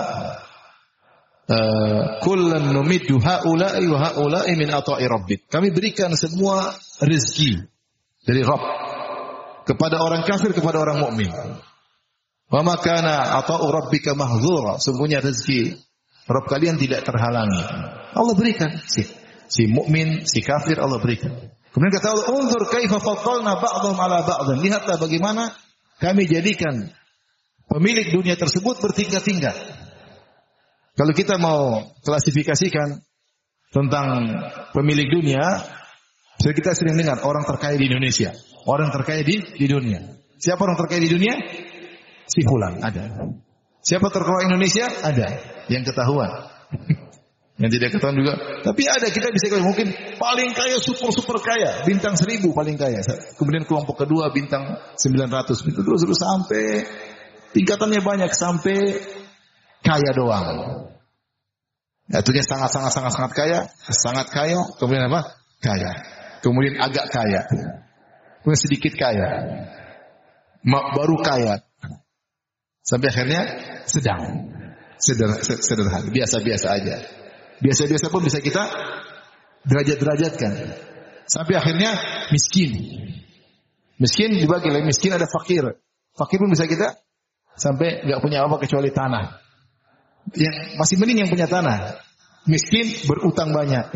uh, kullan numiddu haula'i wa haula'i min ata'i rabbik. Kami berikan semua rezeki dari Rabb kepada orang kafir, kepada orang mukmin. Wa ma kana ata'u rabbika mahdzura. Sungguhnya rezeki Rabb kalian tidak terhalangi. Allah berikan si si mukmin, si kafir Allah berikan. Kemudian kata Allah, "Unzur kaifa faddalna ba'dhum 'ala ba'dhin." Lihatlah bagaimana kami jadikan pemilik dunia tersebut bertingkat-tingkat. Kalau kita mau klasifikasikan tentang pemilik dunia, kita sering dengar orang terkaya di Indonesia, orang terkaya di di dunia. Siapa orang terkaya di dunia? Si fulan, ada. Siapa terkaya Indonesia? Ada. Yang ketahuan. Yang tidak ketahuan juga. Tapi ada, kita bisa kaya, mungkin paling kaya, super-super kaya. Bintang seribu paling kaya. Kemudian kelompok kedua bintang sembilan ratus. Bintang dua ratus sampai, tingkatannya banyak. Sampai kaya doang. Artinya sangat-sangat-sangat-sangat kaya. Sangat kaya. Kemudian apa? Kaya. kemudian agak kaya, kemudian sedikit kaya, baru kaya, sampai akhirnya sedang, sederhana, sederhana, biasa-biasa aja. Biasa-biasa pun bisa kita derajat-derajatkan. Sampai akhirnya miskin. Miskin dibagi lagi, miskin ada fakir. Fakir pun bisa kita sampai enggak punya apa kecuali tanah. Yang masih mending yang punya tanah. Miskin berutang banyak.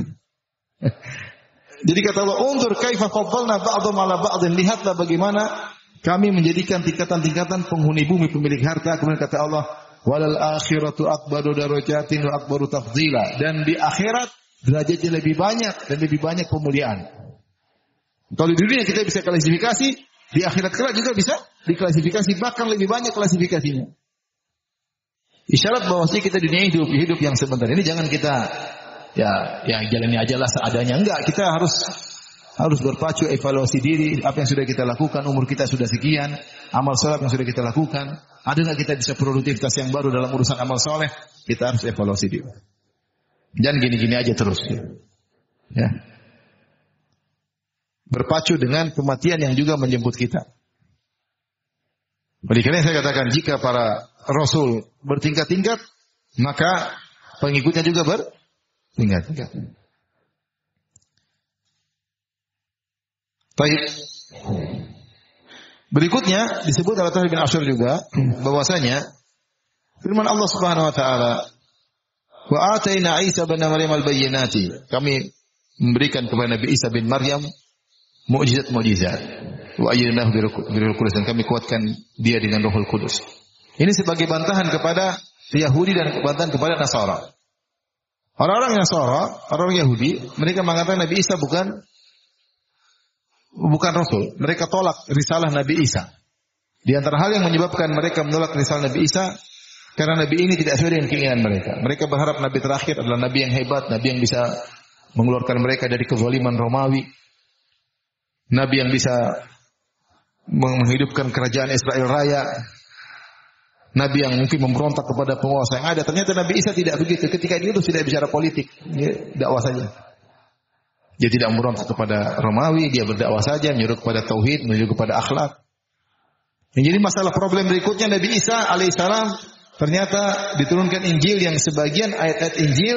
Jadi kata Allah, "Unzur kaifa faddalna ba'dhum 'ala ba'dhin." Lihatlah bagaimana kami menjadikan tingkatan-tingkatan penghuni bumi, pemilik harta. Kemudian kata Allah, "Walal akhiratu akbaru darajatin wa akbaru tafdila." Dan di akhirat derajatnya lebih banyak dan lebih banyak pemuliaan. Kalau di dunia kita bisa klasifikasi, di akhirat kelak juga bisa diklasifikasi, bahkan lebih banyak klasifikasinya. Isyarat bahwasanya kita dunia hidup, hidup yang sebentar ini jangan kita ya ya jalani aja lah seadanya. Enggak, kita harus harus berpacu evaluasi diri, apa yang sudah kita lakukan, umur kita sudah sekian, amal soleh yang sudah kita lakukan, ada nggak kita bisa produktivitas yang baru dalam urusan amal soleh, kita harus evaluasi diri. Jangan gini-gini aja terus. Ya. Berpacu dengan kematian yang juga menjemput kita. Oleh karena saya katakan, jika para Rasul bertingkat-tingkat, maka pengikutnya juga bertingkat-tingkat. Baik. Berikutnya disebut oleh Tahir bin Asyur juga bahwasanya firman Allah Subhanahu wa taala, "Wa ataina Isa bin Maryam al-bayyinati." Kami memberikan kepada Nabi Isa bin Maryam mukjizat-mukjizat. Wa ayyadnahu bi Ruhul Qudus, dan kami kuatkan dia dengan Ruhul Qudus. Ini sebagai bantahan kepada Yahudi dan bantahan kepada Nasara. Orang-orang Nasara, orang Yahudi, mereka mengatakan Nabi Isa bukan bukan Rasul. Mereka tolak risalah Nabi Isa. Di antara hal yang menyebabkan mereka menolak risalah Nabi Isa, karena Nabi ini tidak sesuai dengan keinginan mereka. Mereka berharap Nabi terakhir adalah Nabi yang hebat, Nabi yang bisa mengeluarkan mereka dari kezaliman Romawi, Nabi yang bisa menghidupkan kerajaan Israel Raya, Nabi yang mungkin memberontak kepada penguasa yang ada. Ternyata Nabi Isa tidak begitu. Ketika itu tidak bicara politik, dia dakwah saja. Dia tidak memberontak kepada Romawi, dia berdakwah saja, menyuruh kepada tauhid, menyuruh kepada akhlak. Yang jadi masalah problem berikutnya, Nabi Isa alaihissalam ternyata diturunkan Injil yang sebagian ayat-ayat Injil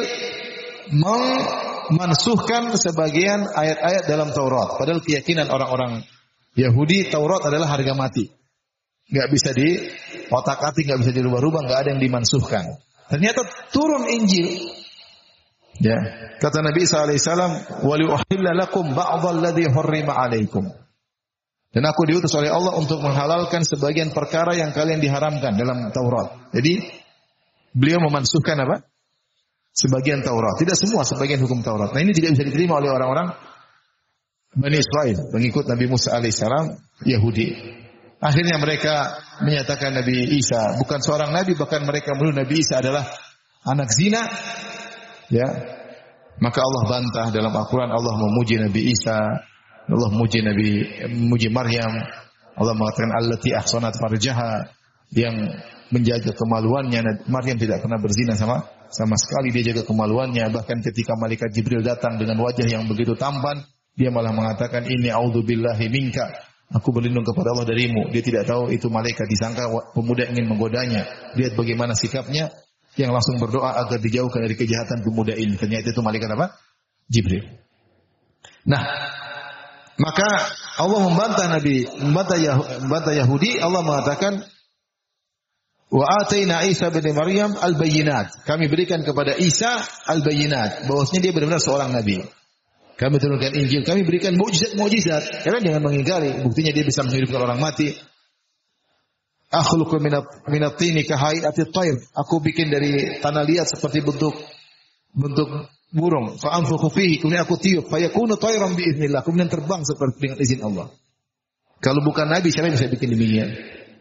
memansuhkan sebagian ayat-ayat dalam Taurat. Padahal keyakinan orang-orang Yahudi, Taurat adalah harga mati. Enggak bisa di otak-atik, enggak bisa dirubah-rubah, enggak ada yang dimansuhkan. Ternyata turun Injil. Ya, kata Nabi Isa alaihissalam, "Wa liuhilla lakum ba'dalladzi hurrima 'alaikum." Dan aku diutus oleh Allah untuk menghalalkan sebagian perkara yang kalian diharamkan dalam Taurat. Jadi beliau memansuhkan apa? Sebagian Taurat, tidak semua, sebagian hukum Taurat. Nah, ini tidak bisa diterima oleh orang-orang Bani Israel, pengikut Nabi Musa alaihissalam, Yahudi. Akhirnya mereka menyatakan Nabi Isa bukan seorang nabi, bahkan mereka menuduh Nabi Isa adalah anak zina. Ya, maka Allah bantah dalam Al-Quran. Allah memuji Nabi Isa, Allah memuji Nabi, memuji Maryam. Allah mengatakan allati ahsanat farjaha, yang menjaga kemaluannya. Maryam tidak pernah berzina sama sama sekali, dia jaga kemaluannya. Bahkan ketika malaikat Jibril datang dengan wajah yang begitu tampan, dia malah mengatakan inni a'udzubillahi minka, aku berlindung kepada Allah darimu. Dia tidak tahu itu malaikat, disangka pemuda ingin menggodanya. Lihat bagaimana sikapnya, yang langsung berdoa agar dijauhkan dari kejahatan pemuda ini. Ternyata itu malaikat apa? Jibril. Nah, maka Allah membantah Nabi, membantah, Yah- membantah Yahudi. Allah mengatakan, "Wa ataina Isa bin Maryam al-bayyinat." Kami berikan kepada Isa al-bayyinat, bahwasanya dia benar-benar seorang nabi. Kami turunkan Injil, kami berikan mukjizat-mukjizat. Karena jangan mengingkari, buktinya dia bisa menghidupkan orang mati. Akhluqu minat minat tini kahayati thair. Aku bikin dari tanah liat seperti bentuk bentuk burung. Fa anfukhu fihi, kemudian aku tiup, fa yakunu thairan bi idznillah, kemudian terbang seperti dengan izin Allah. Kalau bukan nabi, siapa yang bisa bikin demikian?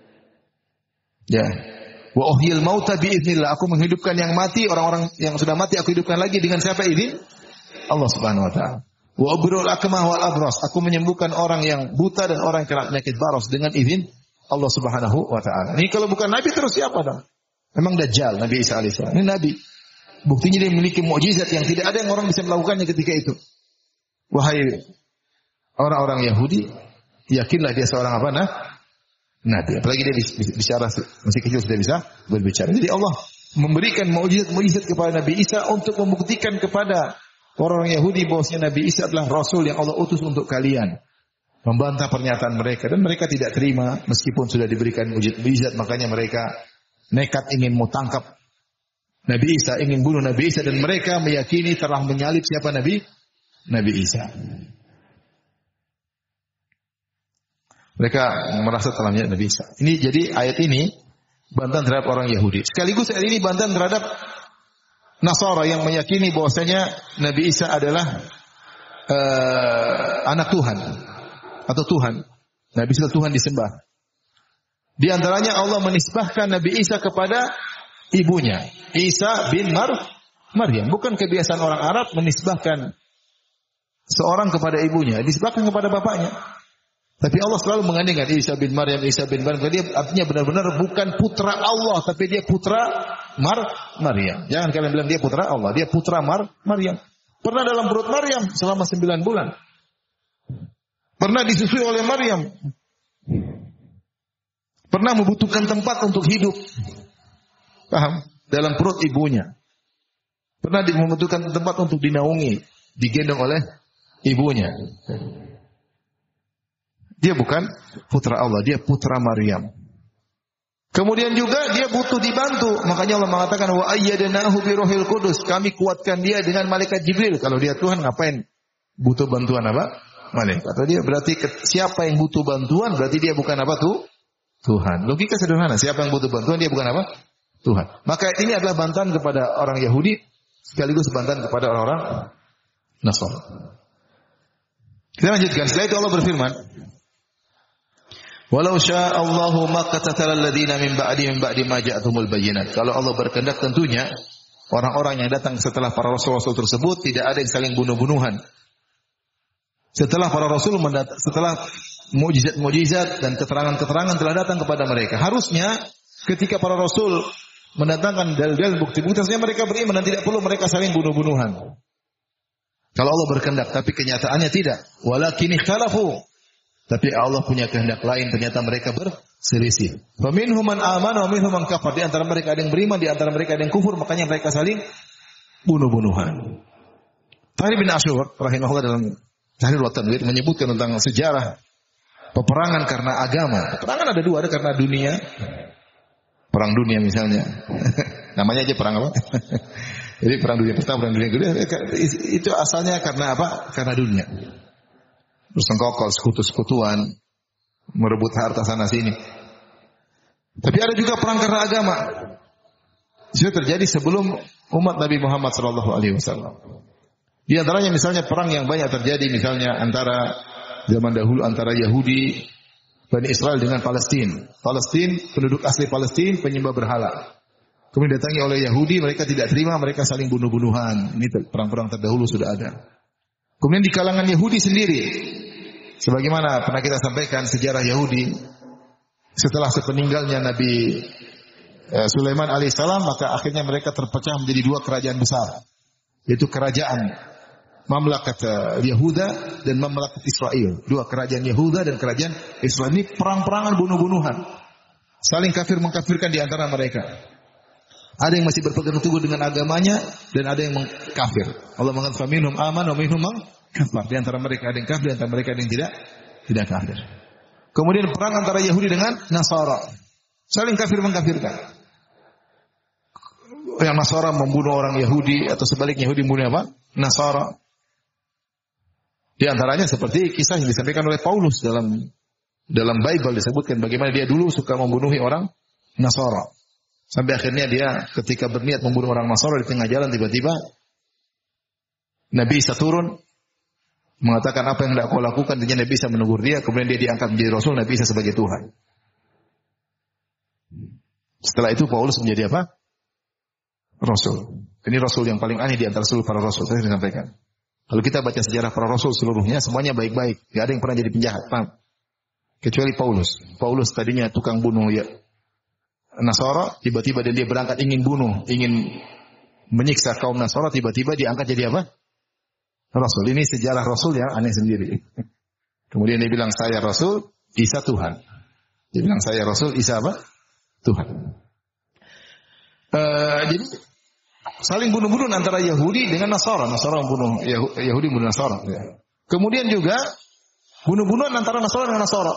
Ya. Wa uhyil mauta bi idznillah, aku menghidupkan yang mati, orang-orang yang sudah mati aku hidupkan lagi dengan siapa izin? Allah Subhanahu wa taala. Wa abrul akmah wal abras, aku menyembuhkan orang yang buta dan orang yang kena penyakit baros dengan izin Allah Subhanahu wa taala. Ini kalau bukan nabi terus siapa dong? Memang Dajjal, Nabi Isa alaihissalam. Ini nabi. Buktinya dia memiliki mukjizat yang tidak ada yang orang bisa melakukannya ketika itu. Wahai orang-orang Yahudi, yakinlah dia seorang apa? Nah, nabi. Apalagi dia bicara masih kecil sudah bisa berbicara. Jadi Allah memberikan mukjizat-mukjizat kepada Nabi Isa untuk membuktikan kepada orang Yahudi bahwasanya Nabi Isa adalah Rasul yang Allah utus untuk kalian. Membantah pernyataan mereka dan mereka tidak terima meskipun sudah diberikan mukjizat, makanya mereka nekat ingin mau tangkap Nabi Isa, ingin bunuh Nabi Isa dan mereka meyakini telah menyalib siapa Nabi Nabi Isa. Mereka merasa telah menyalib Nabi Isa. Ini jadi ayat ini bantahan terhadap orang Yahudi. Sekaligus ayat ini bantahan terhadap Nasara yang meyakini bahwasanya Nabi Isa adalah uh, anak Tuhan atau Tuhan. Nabi Isa Tuhan disembah. Di antaranya Allah menisbahkan Nabi Isa kepada ibunya, Isa bin Mar Maryam. Bukan kebiasaan orang Arab menisbahkan seorang kepada ibunya, disebabkan kepada bapaknya. Tapi Allah selalu mengandungkan Isa bin Maryam, Isa bin Maryam. Dia artinya benar-benar bukan putra Allah, tapi dia putra Mar Maryam. Jangan kalian bilang dia putra Allah, dia putra Mar Maryam. Pernah dalam perut Maryam selama sembilan bulan. Pernah disusui oleh Maryam. Pernah membutuhkan tempat untuk hidup. Paham? Dalam perut ibunya. Pernah membutuhkan tempat untuk dinaungi, digendong oleh ibunya. Dia bukan putra Allah, dia putra Maryam. Kemudian juga dia butuh dibantu. Makanya Allah mengatakan wa ayyadnahu bi ruhil qudus. Kami kuatkan dia dengan malaikat Jibril. Kalau dia Tuhan ngapain butuh bantuan apa? Malaikat. Atau dia berarti siapa yang butuh bantuan berarti dia bukan apa tuh? Tuhan. Logika sederhana. Siapa yang butuh bantuan dia bukan apa? Tuhan. Maka ini adalah bantahan kepada orang Yahudi sekaligus bantahan kepada orang-orang Nasrani. Kita lanjutkan. Setelah itu Allah berfirman, "Walau syaa Allahu ma qatatala alladziina min ba'di min ba'di ma ja'atumul bayyinat." Kalau Allah berkehendak tentunya orang-orang yang datang setelah para rasul-rasul tersebut tidak ada yang saling bunuh-bunuhan. Setelah para rasul mendat- setelah mukjizat-mukjizat dan keterangan-keterangan telah datang kepada mereka. Harusnya ketika para rasul mendatangkan dalil-dalil bukti-bukti, harusnya mereka beriman dan tidak perlu mereka saling bunuh-bunuhan. Kalau Allah berkehendak, tapi kenyataannya tidak. Walakin ikhtalafu. Tapi Allah punya kehendak lain, ternyata mereka berselisih. Fa minhum man amana wa minhum man kafar. Di antara mereka ada yang beriman, di antara mereka ada yang kufur, makanya mereka saling bunuh-bunuhan. Tahrir bin Asyur rahimahullah dalam Tahrir wa Tanwir menyebutkan tentang sejarah peperangan karena agama. Peperangan ada dua, ada karena dunia. Perang dunia misalnya. Namanya aja perang apa? Jadi perang dunia pertama, perang dunia kedua itu asalnya karena apa? Karena dunia. Bersengkokol, sekutu-sekutuan, merebut harta sana sini. Tapi ada juga perang karena agama. Itu terjadi sebelum umat Nabi Muhammad sallallahu alaihi wasallam. Di antaranya misalnya perang yang banyak terjadi misalnya antara zaman dahulu antara Yahudi Bani Israel dengan Palestina. Palestina, penduduk asli Palestina penyembah berhala. Kemudian datangi oleh Yahudi, mereka tidak terima, mereka saling bunuh-bunuhan. Ini perang-perang terdahulu sudah ada. Kemudian di kalangan Yahudi sendiri, sebagaimana pernah kita sampaikan sejarah Yahudi, setelah sepeninggalnya Nabi Sulaiman alaihissalam, maka akhirnya mereka terpecah menjadi dua kerajaan besar, yaitu kerajaan Mamlakat Yahuda dan Mamlakat Israel. Dua kerajaan Yahuda dan kerajaan Israel. Ini perang-perangan bunuh-bunuhan, saling kafir mengkafirkan di antara mereka. Ada yang masih berpegang teguh dengan agamanya dan ada yang kafir. Allah mengatakan minhum aman wa minhum kafir. Di antara mereka ada yang kafir, di antara mereka ada yang tidak tidak kafir. Kemudian perang antara Yahudi dengan Nasara. Saling kafir mengkafirkan. Yang Nasara membunuh orang Yahudi atau sebaliknya Yahudi membunuh apa? Nasara. Di antaranya seperti kisah yang disampaikan oleh Paulus dalam dalam Bible disebutkan bagaimana dia dulu suka membunuhi orang Nasara. Sampai akhirnya dia ketika berniat membunuh orang Nasara di tengah jalan tiba-tiba Nabi Isa turun mengatakan apa yang tidak kau lakukan, dan Nabi Isa menegur dia, kemudian dia diangkat menjadi Rasul, Nabi Isa sebagai Tuhan. Setelah itu Paulus menjadi apa? Rasul. Ini Rasul yang paling aneh di antara seluruh para Rasul. Saya sudah sampaikan. Kalau kita baca sejarah para Rasul seluruhnya, semuanya baik-baik. Tidak ada yang pernah jadi penjahat. Paham? Kecuali Paulus. Paulus tadinya tukang bunuh ya Nasara, tiba-tiba dan dia berangkat ingin bunuh, ingin menyiksa kaum Nasara, tiba-tiba diangkat jadi apa? Rasul. Ini sejarah Rasul yang aneh sendiri. Kemudian dia bilang saya Rasul, Isa Tuhan. Dia bilang saya Rasul, Isa apa? Tuhan. Uh, jadi saling bunuh-bunuh antara Yahudi dengan Nasara. Nasara membunuh Yahudi membunuh Nasara. Ya. Kemudian juga bunuh-bunuhan antara Nasara dengan Nasara.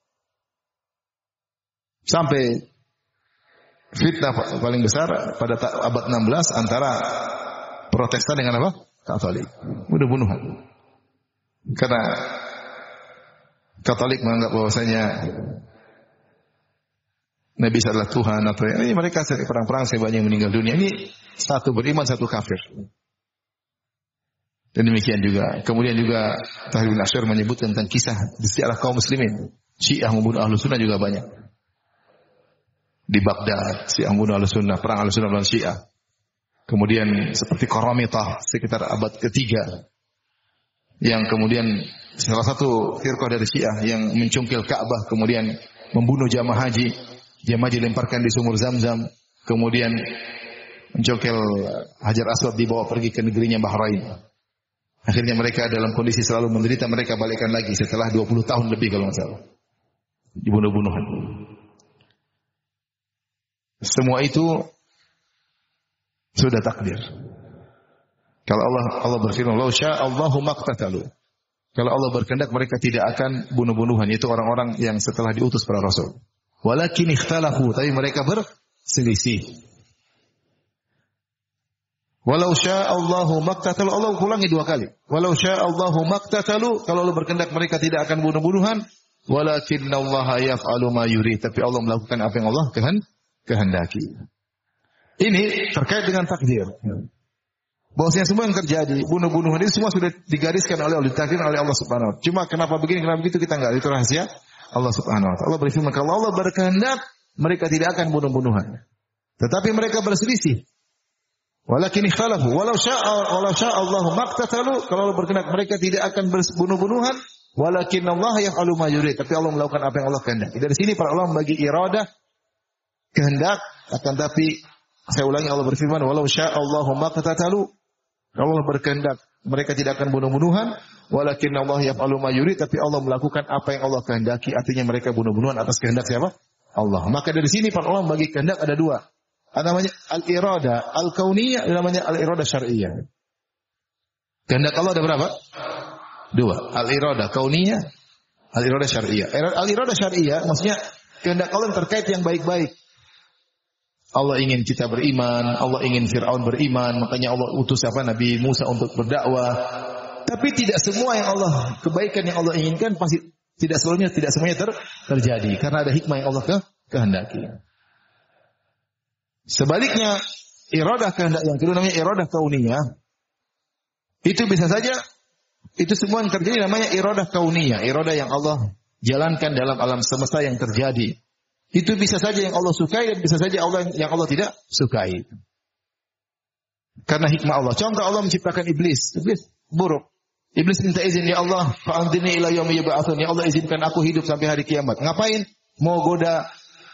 Sampai fitnah paling besar pada abad enam belas antara Protestan dengan apa? Katolik. Bunuh-bunuhan. Karena Katolik menganggap bahwasanya Nabi Isa adalah Tuhan atau ini mereka perang-perang saya banyak meninggal dunia. Ini satu beriman, satu kafir. Dan demikian juga. Kemudian juga Tahir bin Asy'ar menyebut tentang kisah di sejarah kaum muslimin. Syiah membunuh ahlu sunnah juga banyak. Di Baghdad, Syiah membunuh ahlu sunnah, perang ahlu sunnah dan Syiah. Kemudian seperti Qaramitah sekitar abad ketiga. Yang kemudian salah satu firqah dari Syiah yang mencungkil Ka'bah, kemudian membunuh jamaah haji. Jamaah haji dilemparkan di sumur Zam-Zam. Kemudian mencungkil Hajar Aswad dibawa pergi ke negerinya Bahrain. Akhirnya mereka dalam kondisi selalu menderita, mereka balikkan lagi setelah dua puluh tahun lebih kalau nggak salah. Dibunuh-bunuhan. Semua itu sudah takdir. Kalau Allah Allah berfirman, "Lau sya'allahu maqtatalu." Kalau Allah berkehendak mereka tidak akan bunuh-bunuhan, itu orang-orang yang setelah diutus para rasul. Walakin ikhtalafu, tapi mereka berselisih. Walau sya'allahu maqtatalu, Allah ulangi dua kali. Walau sya'allahu maqtatalu, kalau Allah berkehendak mereka tidak akan bunuh-bunuhan, walakinnallaha yaf'alu ma yurid, tapi Allah melakukan apa yang Allah kehendaki. Ini terkait dengan takdir. Bahwasanya semua yang terjadi, bunuh-bunuhan itu semua sudah digariskan oleh Allah, ditakdirkan oleh Allah Subhanahu wa taala. Cuma kenapa begini, kenapa begitu kita enggak, itu rahasia Allah Subhanahu wa taala. Allah berfirman, kalau Allah berkehendak, mereka tidak akan bunuh-bunuhan. Tetapi mereka berselisih. Walakin ikhtalafu, walau syaa walau syaa Allah maqtatalu, kalau Allah berkehendak mereka tidak akan berbunuh-bunuhan, walakin Allah yaf'alu ma yurid, tapi Allah melakukan apa yang Allah kehendaki. Dari sini para ulama membagi iradah, kehendak, akan tapi saya ulangi Allah berfirman, walau syaa Allah maqtatalu, kalau Allah berkehendak mereka tidak akan bunuh-bunuhan, walakin Allah yaf'alu ma yurid, tapi Allah melakukan apa yang Allah kehendaki, artinya mereka bunuh-bunuhan atas kehendak siapa? Allah. Maka dari sini para ulama membagi kehendak ada dua. Ada namanya al-irada al-kauniyah, ada namanya al-irada syar'iyyah. Kehendak Allah ada berapa? Dua. Al-irada kauniyah, al-irada syar'iyyah. Al-irada syar'iyyah maksudnya kehendak Allah yang terkait yang baik-baik. Allah ingin kita beriman, Allah ingin Fir'aun beriman, makanya Allah utus apa Nabi Musa untuk berdakwah. Tapi tidak semua yang Allah, kebaikan yang Allah inginkan pasti tidak seluruhnya, tidak semuanya ter, terjadi karena ada hikmah yang Allah ke, kehendaki. Sebaliknya, iradah kehendak yang kedua namanya iradah kauniyah. Itu bisa saja, itu semua yang terjadi namanya iradah kauniyah. Iradah yang Allah jalankan dalam alam semesta yang terjadi. Itu bisa saja yang Allah sukai dan bisa saja Allah yang Allah tidak sukai. Karena hikmah Allah. Contoh Allah menciptakan iblis. Iblis buruk. Iblis minta izin, ya Allah, fa'andini ila yaumi yub'atsun. Ya Allah izinkan aku hidup sampai hari kiamat. Ngapain? Mau goda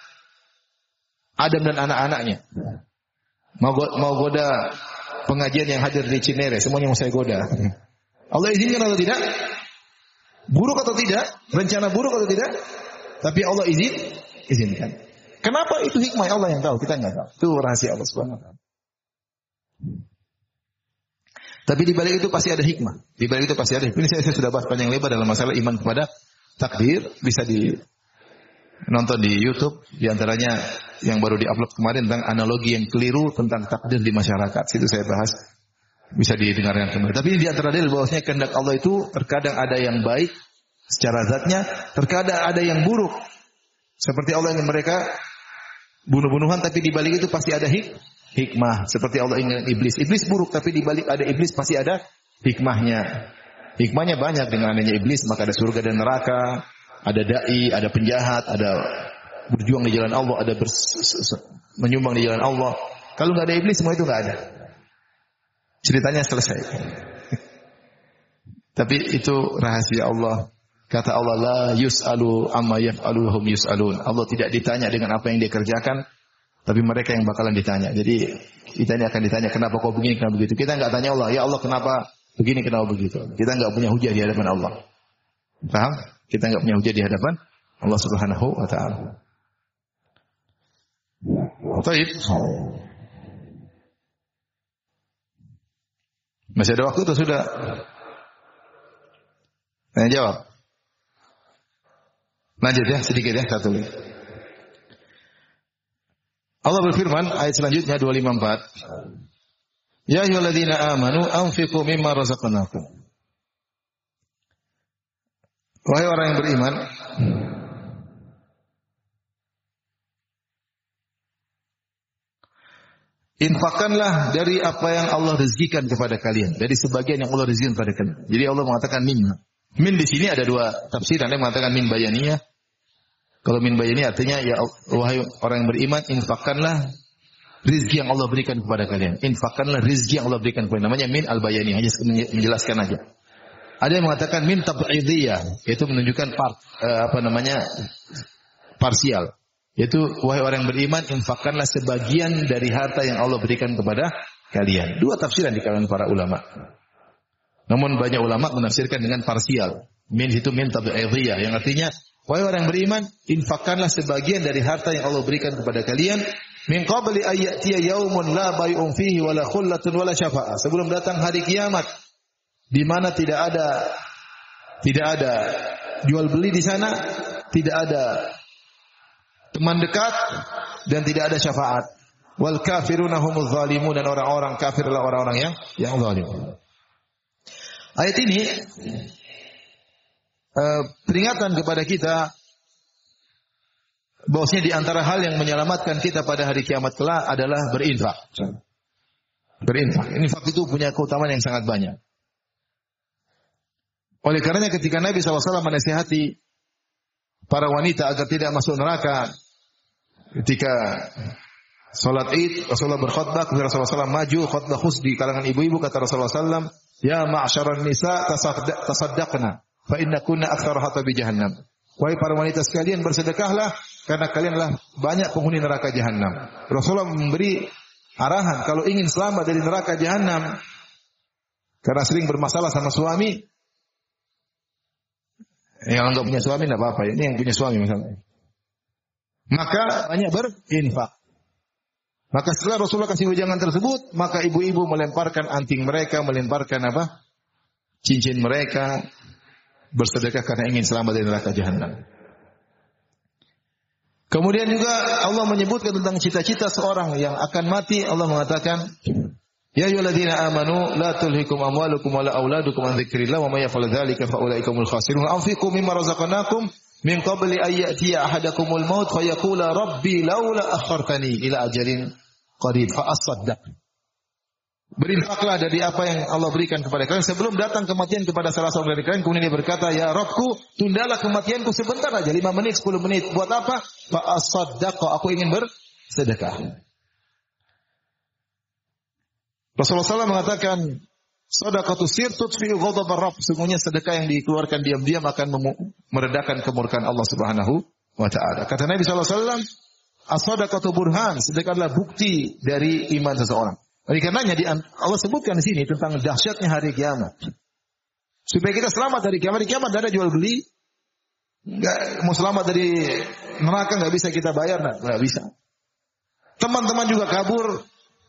Adam dan anak-anaknya. Mau mau goda pengajian yang hadir di Cinere, semuanya mau saya goda. Allah izinkan atau tidak? Buruk atau tidak? Rencana buruk atau tidak? Tapi Allah izin, izinkan. Kenapa? Itu hikmah Allah yang tahu, kita enggak tahu. Itu rahasia Allah Subhanahu wa taala. Tapi di balik itu pasti ada hikmah. Di balik itu pasti ada hikmah. Ini saya, saya sudah bahas panjang lebar dalam masalah iman kepada takdir, bisa di nonton di YouTube, di antaranya yang baru diupload kemarin tentang analogi yang keliru tentang takdir di masyarakat. Situ saya bahas, bisa didengarkan kembali. Tapi ini di antara dalil bahwasanya kehendak Allah itu terkadang ada yang baik secara zatnya, terkadang ada yang buruk. Seperti Allah ingin mereka bunuh-bunuhan, tapi di balik itu pasti ada hik hikmah. Seperti Allah ingin iblis, iblis buruk, tapi di balik ada iblis pasti ada hikmahnya. Hikmahnya banyak, dengan adanya iblis maka ada surga dan neraka. Ada dai, ada penjahat, ada berjuang di jalan Allah, ada menyumbang di jalan Allah. Kalau nggak ada iblis, semua itu nggak ada. Ceritanya selesai. Tapi itu rahasia Allah. Kata Allah, la yus'alu amma yaf'alu hum yus'alun. Allah tidak ditanya dengan apa yang dia kerjakan, tapi mereka yang bakalan ditanya. Jadi kita ini akan ditanya, kenapa kau begini, kenapa begitu. Kita nggak tanya Allah, ya Allah kenapa begini, kenapa begitu. Kita nggak punya hujah di hadapan Allah. Paham? Kita enggak punya hujah di hadapan Allah Subhanahu wa taala. Baik. Masih ada waktu atau sudah? Tanya jawab. Lanjut ya, sedikit ya, satu lagi. Allah berfirman, ayat selanjutnya dua lima empat. Ya ayyuhalladzina amanu anfiqu mimma razaqnakum. Wahai orang yang beriman, infakkanlah dari apa yang Allah rezekikan kepada kalian, dari sebagian yang Allah rezekikan kepada kalian. Jadi Allah mengatakan mimma. Min di sini ada dua tafsir. Ada yang mengatakan min bayaniyah. Kalau min bayaniyah artinya ya wahai orang yang beriman, infakkanlah rizki yang Allah berikan kepada kalian. Infakkanlah rizki yang Allah berikan kepada kalian. Namanya min al-bayaniyah, hanya menjelaskan aja. Ada yang mengatakan min tab'idiyah, yaitu menunjukkan part, uh, apa namanya parsial. Yaitu wahai orang yang beriman, infakkanlah sebagian dari harta yang Allah berikan kepada kalian. Dua tafsiran di kalangan para ulama. Namun banyak ulama menafsirkan dengan parsial. Min itu min tab'idiyah, yang artinya wahai orang yang beriman, infakkanlah sebagian dari harta yang Allah berikan kepada kalian. Min qabli ayyatiya yaumun la bay'un fihi wala khullatun wala syafa'ah. Sebelum datang hari kiamat di mana tidak ada tidak ada jual beli di sana, tidak ada teman dekat dan tidak ada syafaat. Wal kafiruna humuz zalimun, dan orang-orang kafir adalah orang-orang yang yang zalim. Ayat ini uh, peringatan kepada kita bahwasanya di antara hal yang menyelamatkan kita pada hari kiamat kelak adalah berinfak. Berinfak. Infak itu punya keutamaan yang sangat banyak. Oleh karenanya ketika Nabi shallallahu alaihi wasallam menasihati para wanita agar tidak masuk neraka, ketika sholat Id, Rasulullah berkhutbah, kemudian Rasulullah shallallahu alaihi wasallam maju khutbah khusus di kalangan ibu-ibu, kata Rasulullah shallallahu alaihi wasallam, ya ma'syaran nisa tasaddaqna, fa inna kunna aktsara hatabi jahannam. Wahai para wanita sekalian, bersedekahlah karena kalianlah banyak penghuni neraka jahannam. Rasulullah memberi arahan kalau ingin selamat dari neraka jahannam karena sering bermasalah sama suami. Yang enggak punya suami enggak apa-apa, ini yang punya suami misalnya. Maka banyak berinfak. Maka setelah Rasulullah kasih wejangan tersebut, maka ibu-ibu melemparkan anting mereka, melemparkan apa? Cincin mereka, bersedekah karena ingin selamat dari neraka jahannam. Kemudian juga Allah menyebutkan tentang cita-cita seorang yang akan mati. Allah mengatakan, ya ayyuhalladzina amanu la tulhikum amwalukum wala auladukum an dzikrillah wa may yaf'al dzalika fa ulaikumul khasirun. Anfiqu mimma razaqnakum min qabli an ya'tiya ahadakumul maut fa yaqula rabbi laula akhartani ila ajalin qarib fa asaddaq. Berinfaklah dari apa yang Allah berikan kepada kalian sebelum datang kematian kepada salah seorang dari kalian. Kemudian dia berkata, ya Rabbku, tundalah kematianku sebentar aja, lima menit, sepuluh menit. Buat apa? Fa asaddaq, aku ingin bersedekah. Rasulullah shallallahu alaihi wasallam mengatakan, sadaqatu sir tutfi'u ghadab ar-rabb. Sungguhnya sedekah yang dikeluarkan diam-diam akan meredakan kemurkaan Allah Subhanahu wa taala. Kata Nabi shallallahu alaihi wasallam, as-sadaqatu burhan, sedekah adalah bukti dari iman seseorang. Oleh karenanya Allah sebutkan di sini tentang dahsyatnya hari kiamat. Supaya kita selamat dari kiamat. Di kiamat tidak ada jual beli. Enggak, mau selamat dari neraka enggak bisa kita bayar, enggak bisa. Teman-teman juga kabur.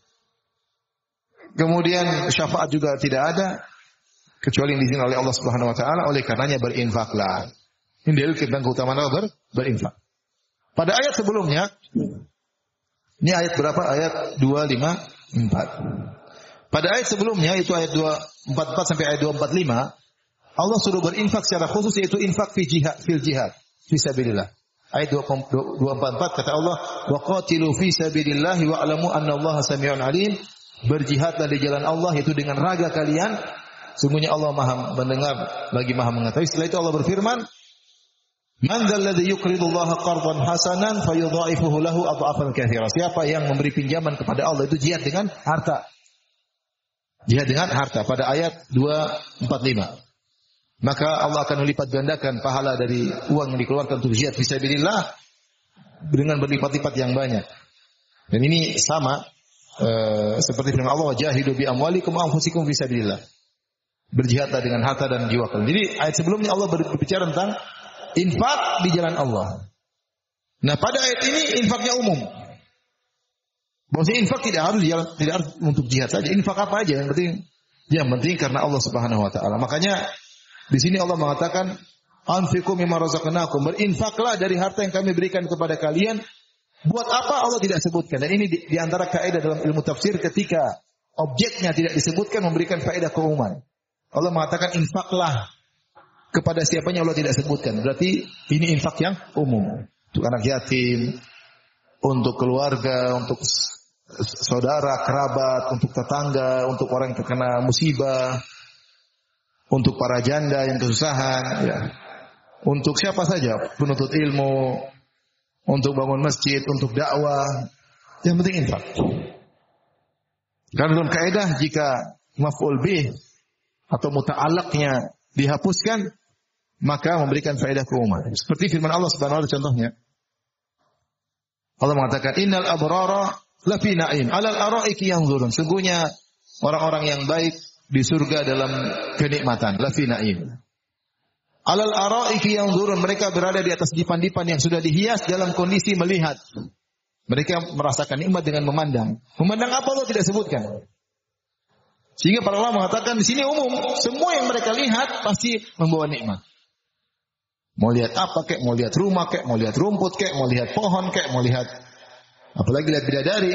Kemudian syafaat juga tidak ada kecuali yang diizinkan oleh Allah Subhanahu wa taala. Oleh karenanya berinfaklah. Ini dalil tentang keutamaan apa? Ber, berinfak. Pada ayat sebelumnya, ini ayat berapa? Ayat dua lima empat. Pada ayat sebelumnya itu ayat dua empat empat sampai ayat dua empat lima, Allah suruh berinfak secara khusus, yaitu infak fi jihad, fil jihad, fi sabilillah. Ayat dua empat empat kata Allah, wa qatilu fi sabilillah wa alamu anna Allaha sami'un alim. Berjihadlah di jalan Allah itu dengan raga kalian, sungguhnya Allah Maha mendengar lagi Maha mengetahui. Setelah itu Allah berfirman, man dzalladzi yuqridullaha qardan hasanan fayudha'ifuhu lahu adha'afan katsira. Siapa yang memberi pinjaman kepada Allah itu jihad dengan harta. Jihad dengan harta pada ayat dua empat lima. Maka Allah akan melipat gandakan pahala dari uang yang dikeluarkan untuk jihad fisabilillah dengan berlipat-lipat yang banyak. Dan ini sama uh, seperti firman Allah, wajahidu bi amwalikum wa anfusikum fisabilillah. Berjihadlah dengan harta dan jiwa kalian. Jadi ayat sebelumnya Allah berbicara tentang infak di jalan Allah. Nah, pada ayat ini infaknya umum. Maksudnya infak tidak harus jalan, tidak harus untuk jihad saja. Infak apa aja yang penting, yang penting karena Allah Subhanahu wa taala. Makanya di sini Allah mengatakan anfiqu mimma razaqnakum, berinfaklah dari harta yang kami berikan kepada kalian. Buat apa Allah tidak sebutkan? Dan ini di, di antara kaidah dalam ilmu tafsir, ketika objeknya tidak disebutkan memberikan faedah keumuman. Allah mengatakan infaklah kepada siapanya Allah tidak sebutkan. Berarti ini infak yang umum. Untuk anak yatim, untuk keluarga, untuk saudara, kerabat, untuk tetangga, untuk orang yang terkena musibah, untuk para janda yang kesusahan, ya. Untuk siapa saja, penuntut ilmu, untuk bangun masjid, untuk dakwah, yang penting infak. Karena dalam kaidah jika maf'ul bih atau muta'alaqnya dihapuskan, maka memberikan faedah keumuman. Seperti firman Allah Subhanahu wa taala contohnya. Allah mengatakan innal abrara lafi na'im 'alal ara'iki yanzurun. Sungguhnya orang-orang yang baik di surga dalam kenikmatan, lafi na'im. 'Alal ara'iki yanzurun, mereka berada di atas dipan-dipan yang sudah dihias dalam kondisi melihat. Mereka merasakan nikmat dengan memandang. Memandang apa Allah tidak sebutkan. Sehingga para ulama mengatakan di sini umum, semua yang mereka lihat pasti membawa nikmat. Mau lihat apa kek, mau lihat rumah kek, mau lihat rumput kek, mau lihat pohon kek, mau lihat apalagi lihat bidadari.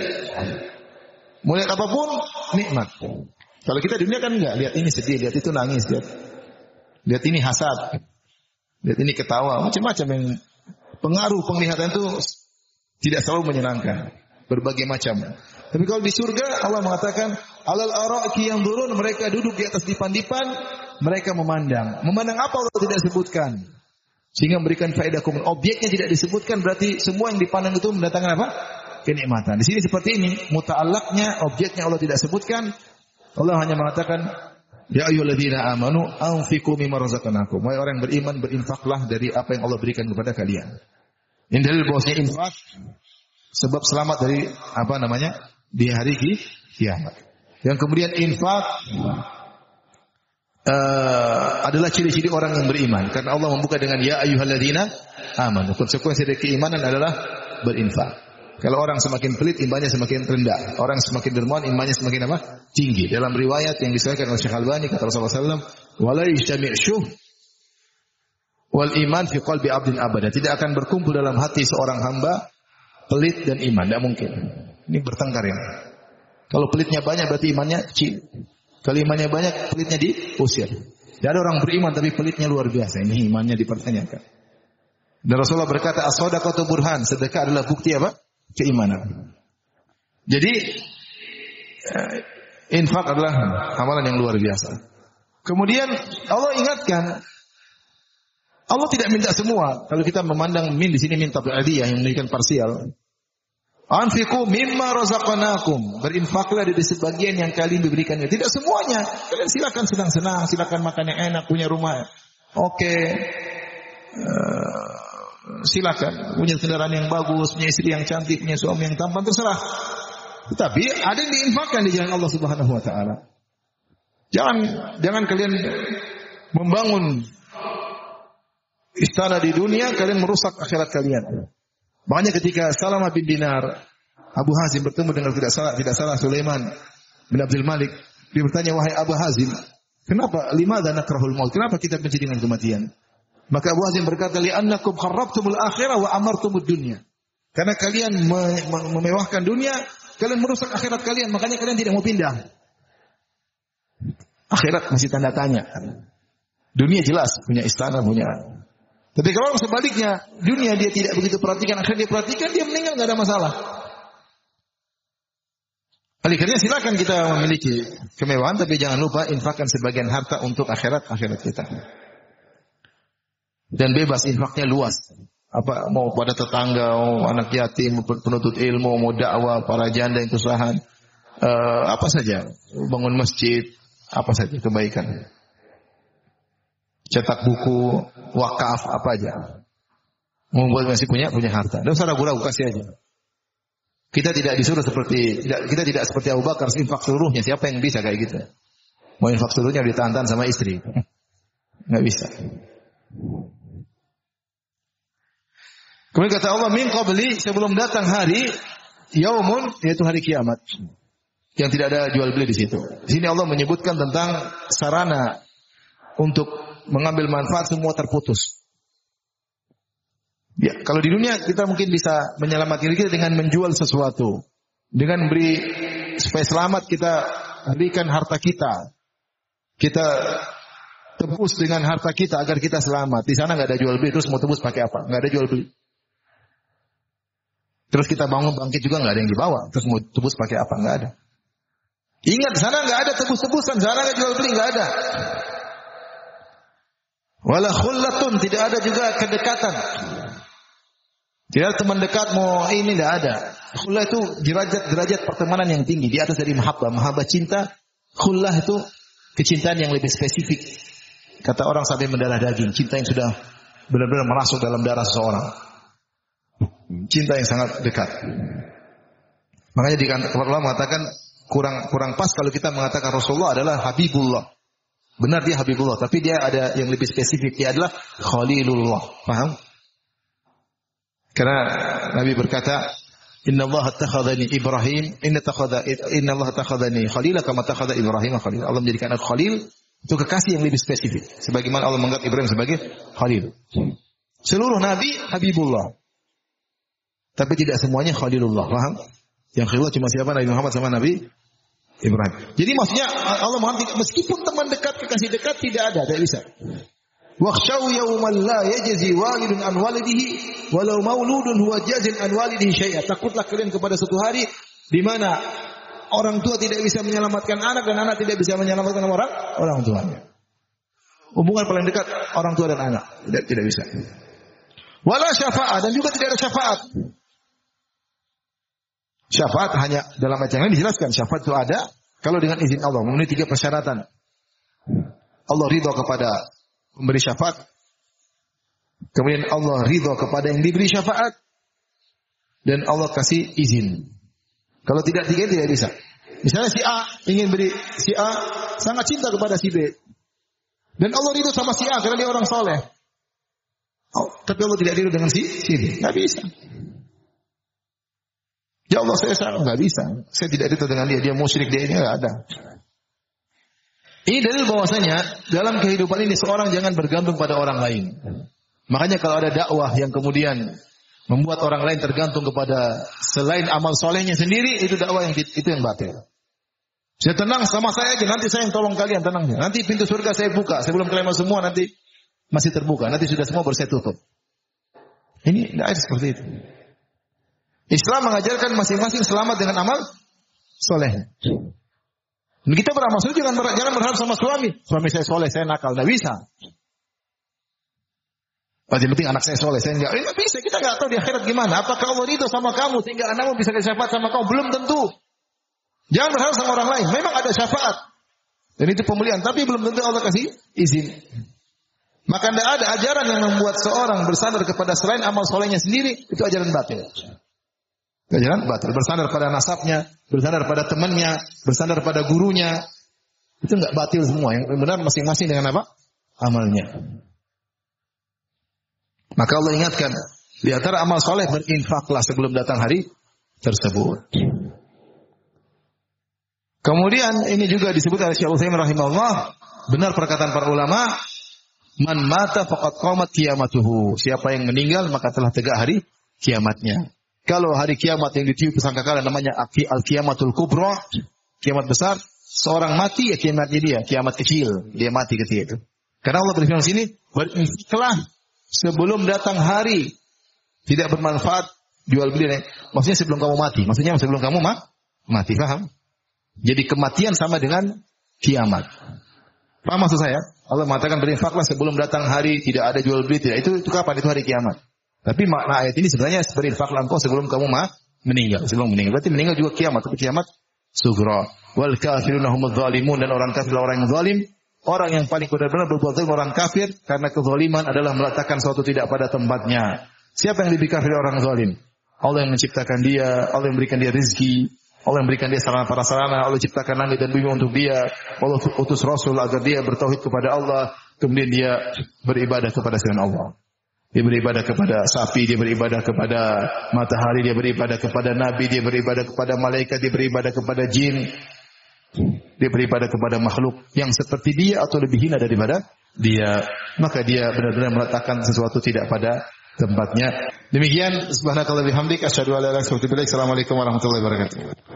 Mau lihat apapun nikmat. Kalau kita di dunia kan enggak, lihat ini sedih, lihat itu nangis, lihat lihat ini hasad, lihat ini ketawa, macam-macam yang pengaruh penglihatan itu tidak selalu menyenangkan, berbagai macam. Tapi kalau di surga Allah mengatakan alal ara'iki yang turun, mereka duduk di atas dipan-dipan, mereka memandang. Memandang apa Allah tidak sebutkan. Sehingga memberikan faedah keumuman. Objeknya tidak disebutkan, berarti semua yang dipandang itu mendatangkan apa? Kenikmatan. Di sini seperti ini, muta'allaqnya, objeknya Allah tidak sebutkan. Allah hanya mengatakan, ya ayyuhalladzina amanu anfiqu mimma razaqnakum. Wahai orang yang beriman, berinfaklah dari apa yang Allah berikan kepada kalian. Ini dalil bahwasanya infak sebab selamat dari apa namanya? Di hari kiamat. Yang kemudian infak Uh, adalah ciri-ciri orang yang beriman. Karena Allah membuka dengan ya ayyuhalladzina amanu. Konsekuensi dari keimanan adalah berinfak. Kalau orang semakin pelit, imannya semakin rendah. Orang semakin dermawan, imannya semakin apa? Tinggi. Dalam riwayat yang disahihkan oleh Syekh Albani, kata Rasulullah sallallahu alaihi wasallam, "Wala yajtami' syuh wal iman fi qalbi 'abdin abada." Tidak akan berkumpul dalam hati seorang hamba pelit dan iman. Tidak mungkin. Ini bertengkar ya. Kalau pelitnya banyak berarti imannya kecil. Kalau imannya banyak, pelitnya diusir. Tidak ada orang beriman tapi pelitnya luar biasa. Ini imannya dipertanyakan. Dan Rasulullah berkata, as-shadaqatu burhan. Sedekah adalah bukti apa? Keimanan. Jadi, infak adalah amalan yang luar biasa. Kemudian Allah ingatkan, Allah tidak minta semua. Kalau kita memandang min di sini min tabi'adiyah yang memberikan parsial. Anfiqu mimma razaqnakum. Berinfaklah dari sebagian yang kalian diberikan. Tidak semuanya. Kalian silakan senang-senang, silakan makan yang enak, punya rumah. Oke. Uh, silakan punya kendaraan yang bagus, punya istri yang cantik, punya suami yang tampan, terserah. Tetapi ada yang diinfakkan di jalan Allah Subhanahu wa taala. Jangan jangan kalian membangun istana di dunia, kalian merusak akhirat kalian. Makanya ketika Salamah bin Dinar, Abu Hazim bertemu dengan tidak salah tidak salah Sulaiman bin Abdul Malik, dia bertanya, wahai Abu Hazim, kenapa limadza nakrahul maut? Kenapa kita benci dengan kematian? Maka Abu Hazim berkata, li'annakum kharrabtumul akhirah wa amartumud dunya. Karena kalian me- me- memewahkan dunia, kalian merusak akhirat kalian, makanya kalian tidak mau pindah. Akhirat masih tanda tanya. Dunia jelas punya istana, punya. Tapi kalau sebaliknya, dunia dia tidak begitu perhatikan, akhirnya dia perhatikan, dia meninggal, nggak ada masalah. Oleh karena silakan kita memiliki kemewahan, tapi jangan lupa infakkan sebagian harta untuk akhirat akhirat kita. Dan bebas, infaknya luas. Apa mau pada tetangga, mau anak yatim, penuntut ilmu, mau dakwah, para janda yang kesusahan, uh, apa saja, bangun masjid, apa saja kebaikan. Cetak buku, wakaf, apa aja. Membuat masih punya punya harta. Dan usah ragu-ragu, kasih aja. Kita tidak disuruh seperti tidak, kita tidak seperti Abu Bakar infak seluruhnya. Siapa yang bisa kayak gitu? Mau infak seluruhnya ditahan-tahan sama istri. Nggak bisa. Kemudian kata Allah, min qabli, sebelum datang hari yaumun, yaitu hari kiamat. Yang tidak ada jual beli di situ. Di sini Allah menyebutkan tentang sarana untuk mengambil manfaat semua terputus. Ya, kalau di dunia kita mungkin bisa menyelamatkan diri kita dengan menjual sesuatu. Dengan beri supaya selamat kita berikan harta kita. Kita tebus dengan harta kita agar kita selamat. Di sana nggak ada jual beli, terus mau tebus pakai apa? Nggak ada jual beli. Terus kita bangun bangkit juga nggak ada yang dibawa. Terus mau tebus pakai apa? Nggak ada. Ingat, sana nggak ada tebus-tebusan, sana nggak jual beli, nggak ada. Wala khullatun, tidak ada juga kedekatan. Tidak ada teman dekat mau ini, tidak ada. Khullah itu derajat-derajat pertemanan yang tinggi di atas dari mahabbah. Mahabbah cinta, khullah itu kecintaan yang lebih spesifik. Kata orang sampai mendarah daging, cinta yang sudah benar-benar merasuk dalam darah seseorang. Cinta yang sangat dekat. Makanya di kantor Allah mengatakan kurang kurang pas kalau kita mengatakan Rasulullah adalah Habibullah. Benar dia Habibullah, tapi dia ada yang lebih spesifik, dia adalah Khalilullah. Paham? Karena Nabi berkata, Inna Allah takhadhani Ibrahim, inna takhadha inna Allah takhadhani Khalila kama takhadha Ibrahim Khalil. Allah menjadikan aku Khalil, itu kekasih yang lebih spesifik. Sebagaimana Allah menganggap Ibrahim sebagai Khalil. Seluruh Nabi Habibullah. Tapi tidak semuanya Khalilullah. Paham? Yang Khalilullah cuma siapa? Nabi Muhammad sama Nabi Ibrahim. Jadi maksudnya Allah menganggap meskipun teman dekat, kekasih dekat tidak ada, tidak bisa. Wakhshaw yawman la yajzi walidun an walidihi walau mauludun huwa jazin an walidihi syai'a. Takutlah kalian kepada suatu hari di mana orang tua tidak bisa menyelamatkan anak dan anak tidak bisa menyelamatkan orang orang tuanya. Hubungan paling dekat orang tua dan anak tidak tidak bisa. Wala syafa'ah, dan juga tidak ada syafaat. Syafaat hanya dalam ayat yang lain dijelaskan syafaat itu ada kalau dengan izin Allah memenuhi tiga persyaratan. Allah ridha kepada memberi syafaat. Kemudian Allah ridha kepada yang diberi syafaat. Dan Allah kasih izin. Kalau tidak tiga tidak bisa. Misalnya si A ingin beri, si A sangat cinta kepada si B. Dan Allah ridha sama si A karena dia orang soleh. Oh, tapi Allah tidak ridha dengan si, si B. Tidak bisa. Ya Allah saya sayang, nggak bisa. Saya tidak ridha dengan dia. Dia musyrik, dia ini nggak ada. Ini dalil bahwasanya dalam kehidupan ini seorang jangan bergantung pada orang lain. Makanya kalau ada dakwah yang kemudian membuat orang lain tergantung kepada selain amal solehnya sendiri, itu dakwah yang itu yang batil. Saya tenang sama saya aja, nanti saya yang tolong kalian, tenang. Nanti pintu surga saya buka, sebelum kalian semua nanti masih terbuka, nanti sudah semua baru saya tutup. Ini tidak ada seperti itu. Islam mengajarkan masing-masing selamat dengan amal soleh. Dan kita beramal soleh jangan, jangan berharap sama suami. Suami saya soleh, saya nakal. Tidak bisa. Yang penting anak saya soleh, saya enggak. Tidak bisa, kita enggak tahu di akhirat gimana. Apakah Allah ridho sama kamu sehingga anakmu bisa syafaat sama kamu? Belum tentu. Jangan berharap sama orang lain. Memang ada syafaat. Dan itu pemulihan. Tapi belum tentu Allah kasih izin. Maka tidak ada ajaran yang membuat seorang bersandar kepada selain amal solehnya sendiri. Itu ajaran batil. Ajaran batil. Bersandar pada nasabnya, bersandar pada temannya, bersandar pada gurunya. Itu enggak batil semua. Yang benar masing-masing dengan apa? Amalnya. Maka Allah ingatkan, di antara amal soleh berinfaklah sebelum datang hari tersebut. Kemudian ini juga disebut oleh Syekh Utsaimin rahimahullah, benar perkataan para ulama, man mata faqad qamat qiyamatuhu. Siapa yang meninggal maka telah tegak hari kiamatnya. Kalau hari kiamat yang ditiup sangkakala namanya al-qiyamatul kubra, kiamat besar, seorang mati ya kiamatnya dia, kiamat kecil, dia mati ketika itu. Karena Allah berfirman di sini, berinfaklah sebelum datang hari, tidak bermanfaat jual beli. Maksudnya sebelum kamu mati, maksudnya sebelum kamu ma- mati, paham? Jadi kematian sama dengan kiamat. Paham maksud saya? Allah mengatakan berinfaklah sebelum datang hari, tidak ada jual beli, tidak. Itu itu kapan? Itu hari kiamat. Tapi makna ayat ini sebenarnya berinfaklah engkau sebelum kamu ma- meninggal, sebelum meninggal. Berarti meninggal juga kiamat, tapi kiamat sughra. Wal kafiruna humudz zalimun, dan orang kafir orang yang zalim. Orang yang paling benar-benar berbuat zalim orang kafir, karena kezaliman adalah meletakkan sesuatu tidak pada tempatnya. Siapa yang lebih kafir orang zalim? Allah yang menciptakan dia, Allah yang memberikan dia rezeki, Allah yang berikan dia sarana prasarana, Allah ciptakan langit dan bumi untuk dia, Allah utus Rasul agar dia bertauhid kepada Allah, kemudian dia beribadah kepada selain Allah. Dia beribadah kepada sapi, dia beribadah kepada matahari, dia beribadah kepada nabi, dia beribadah kepada malaikat, dia beribadah kepada jin. Dia beribadah kepada makhluk yang seperti dia atau lebih hina daripada dia. Maka dia benar-benar meletakkan sesuatu tidak pada tempatnya. Demikian subhanakallah bihamdik asyhadu an la ilaha illa anta astaghfiruka wa atubu ilaik. Assalamualaikum warahmatullahi wabarakatuh.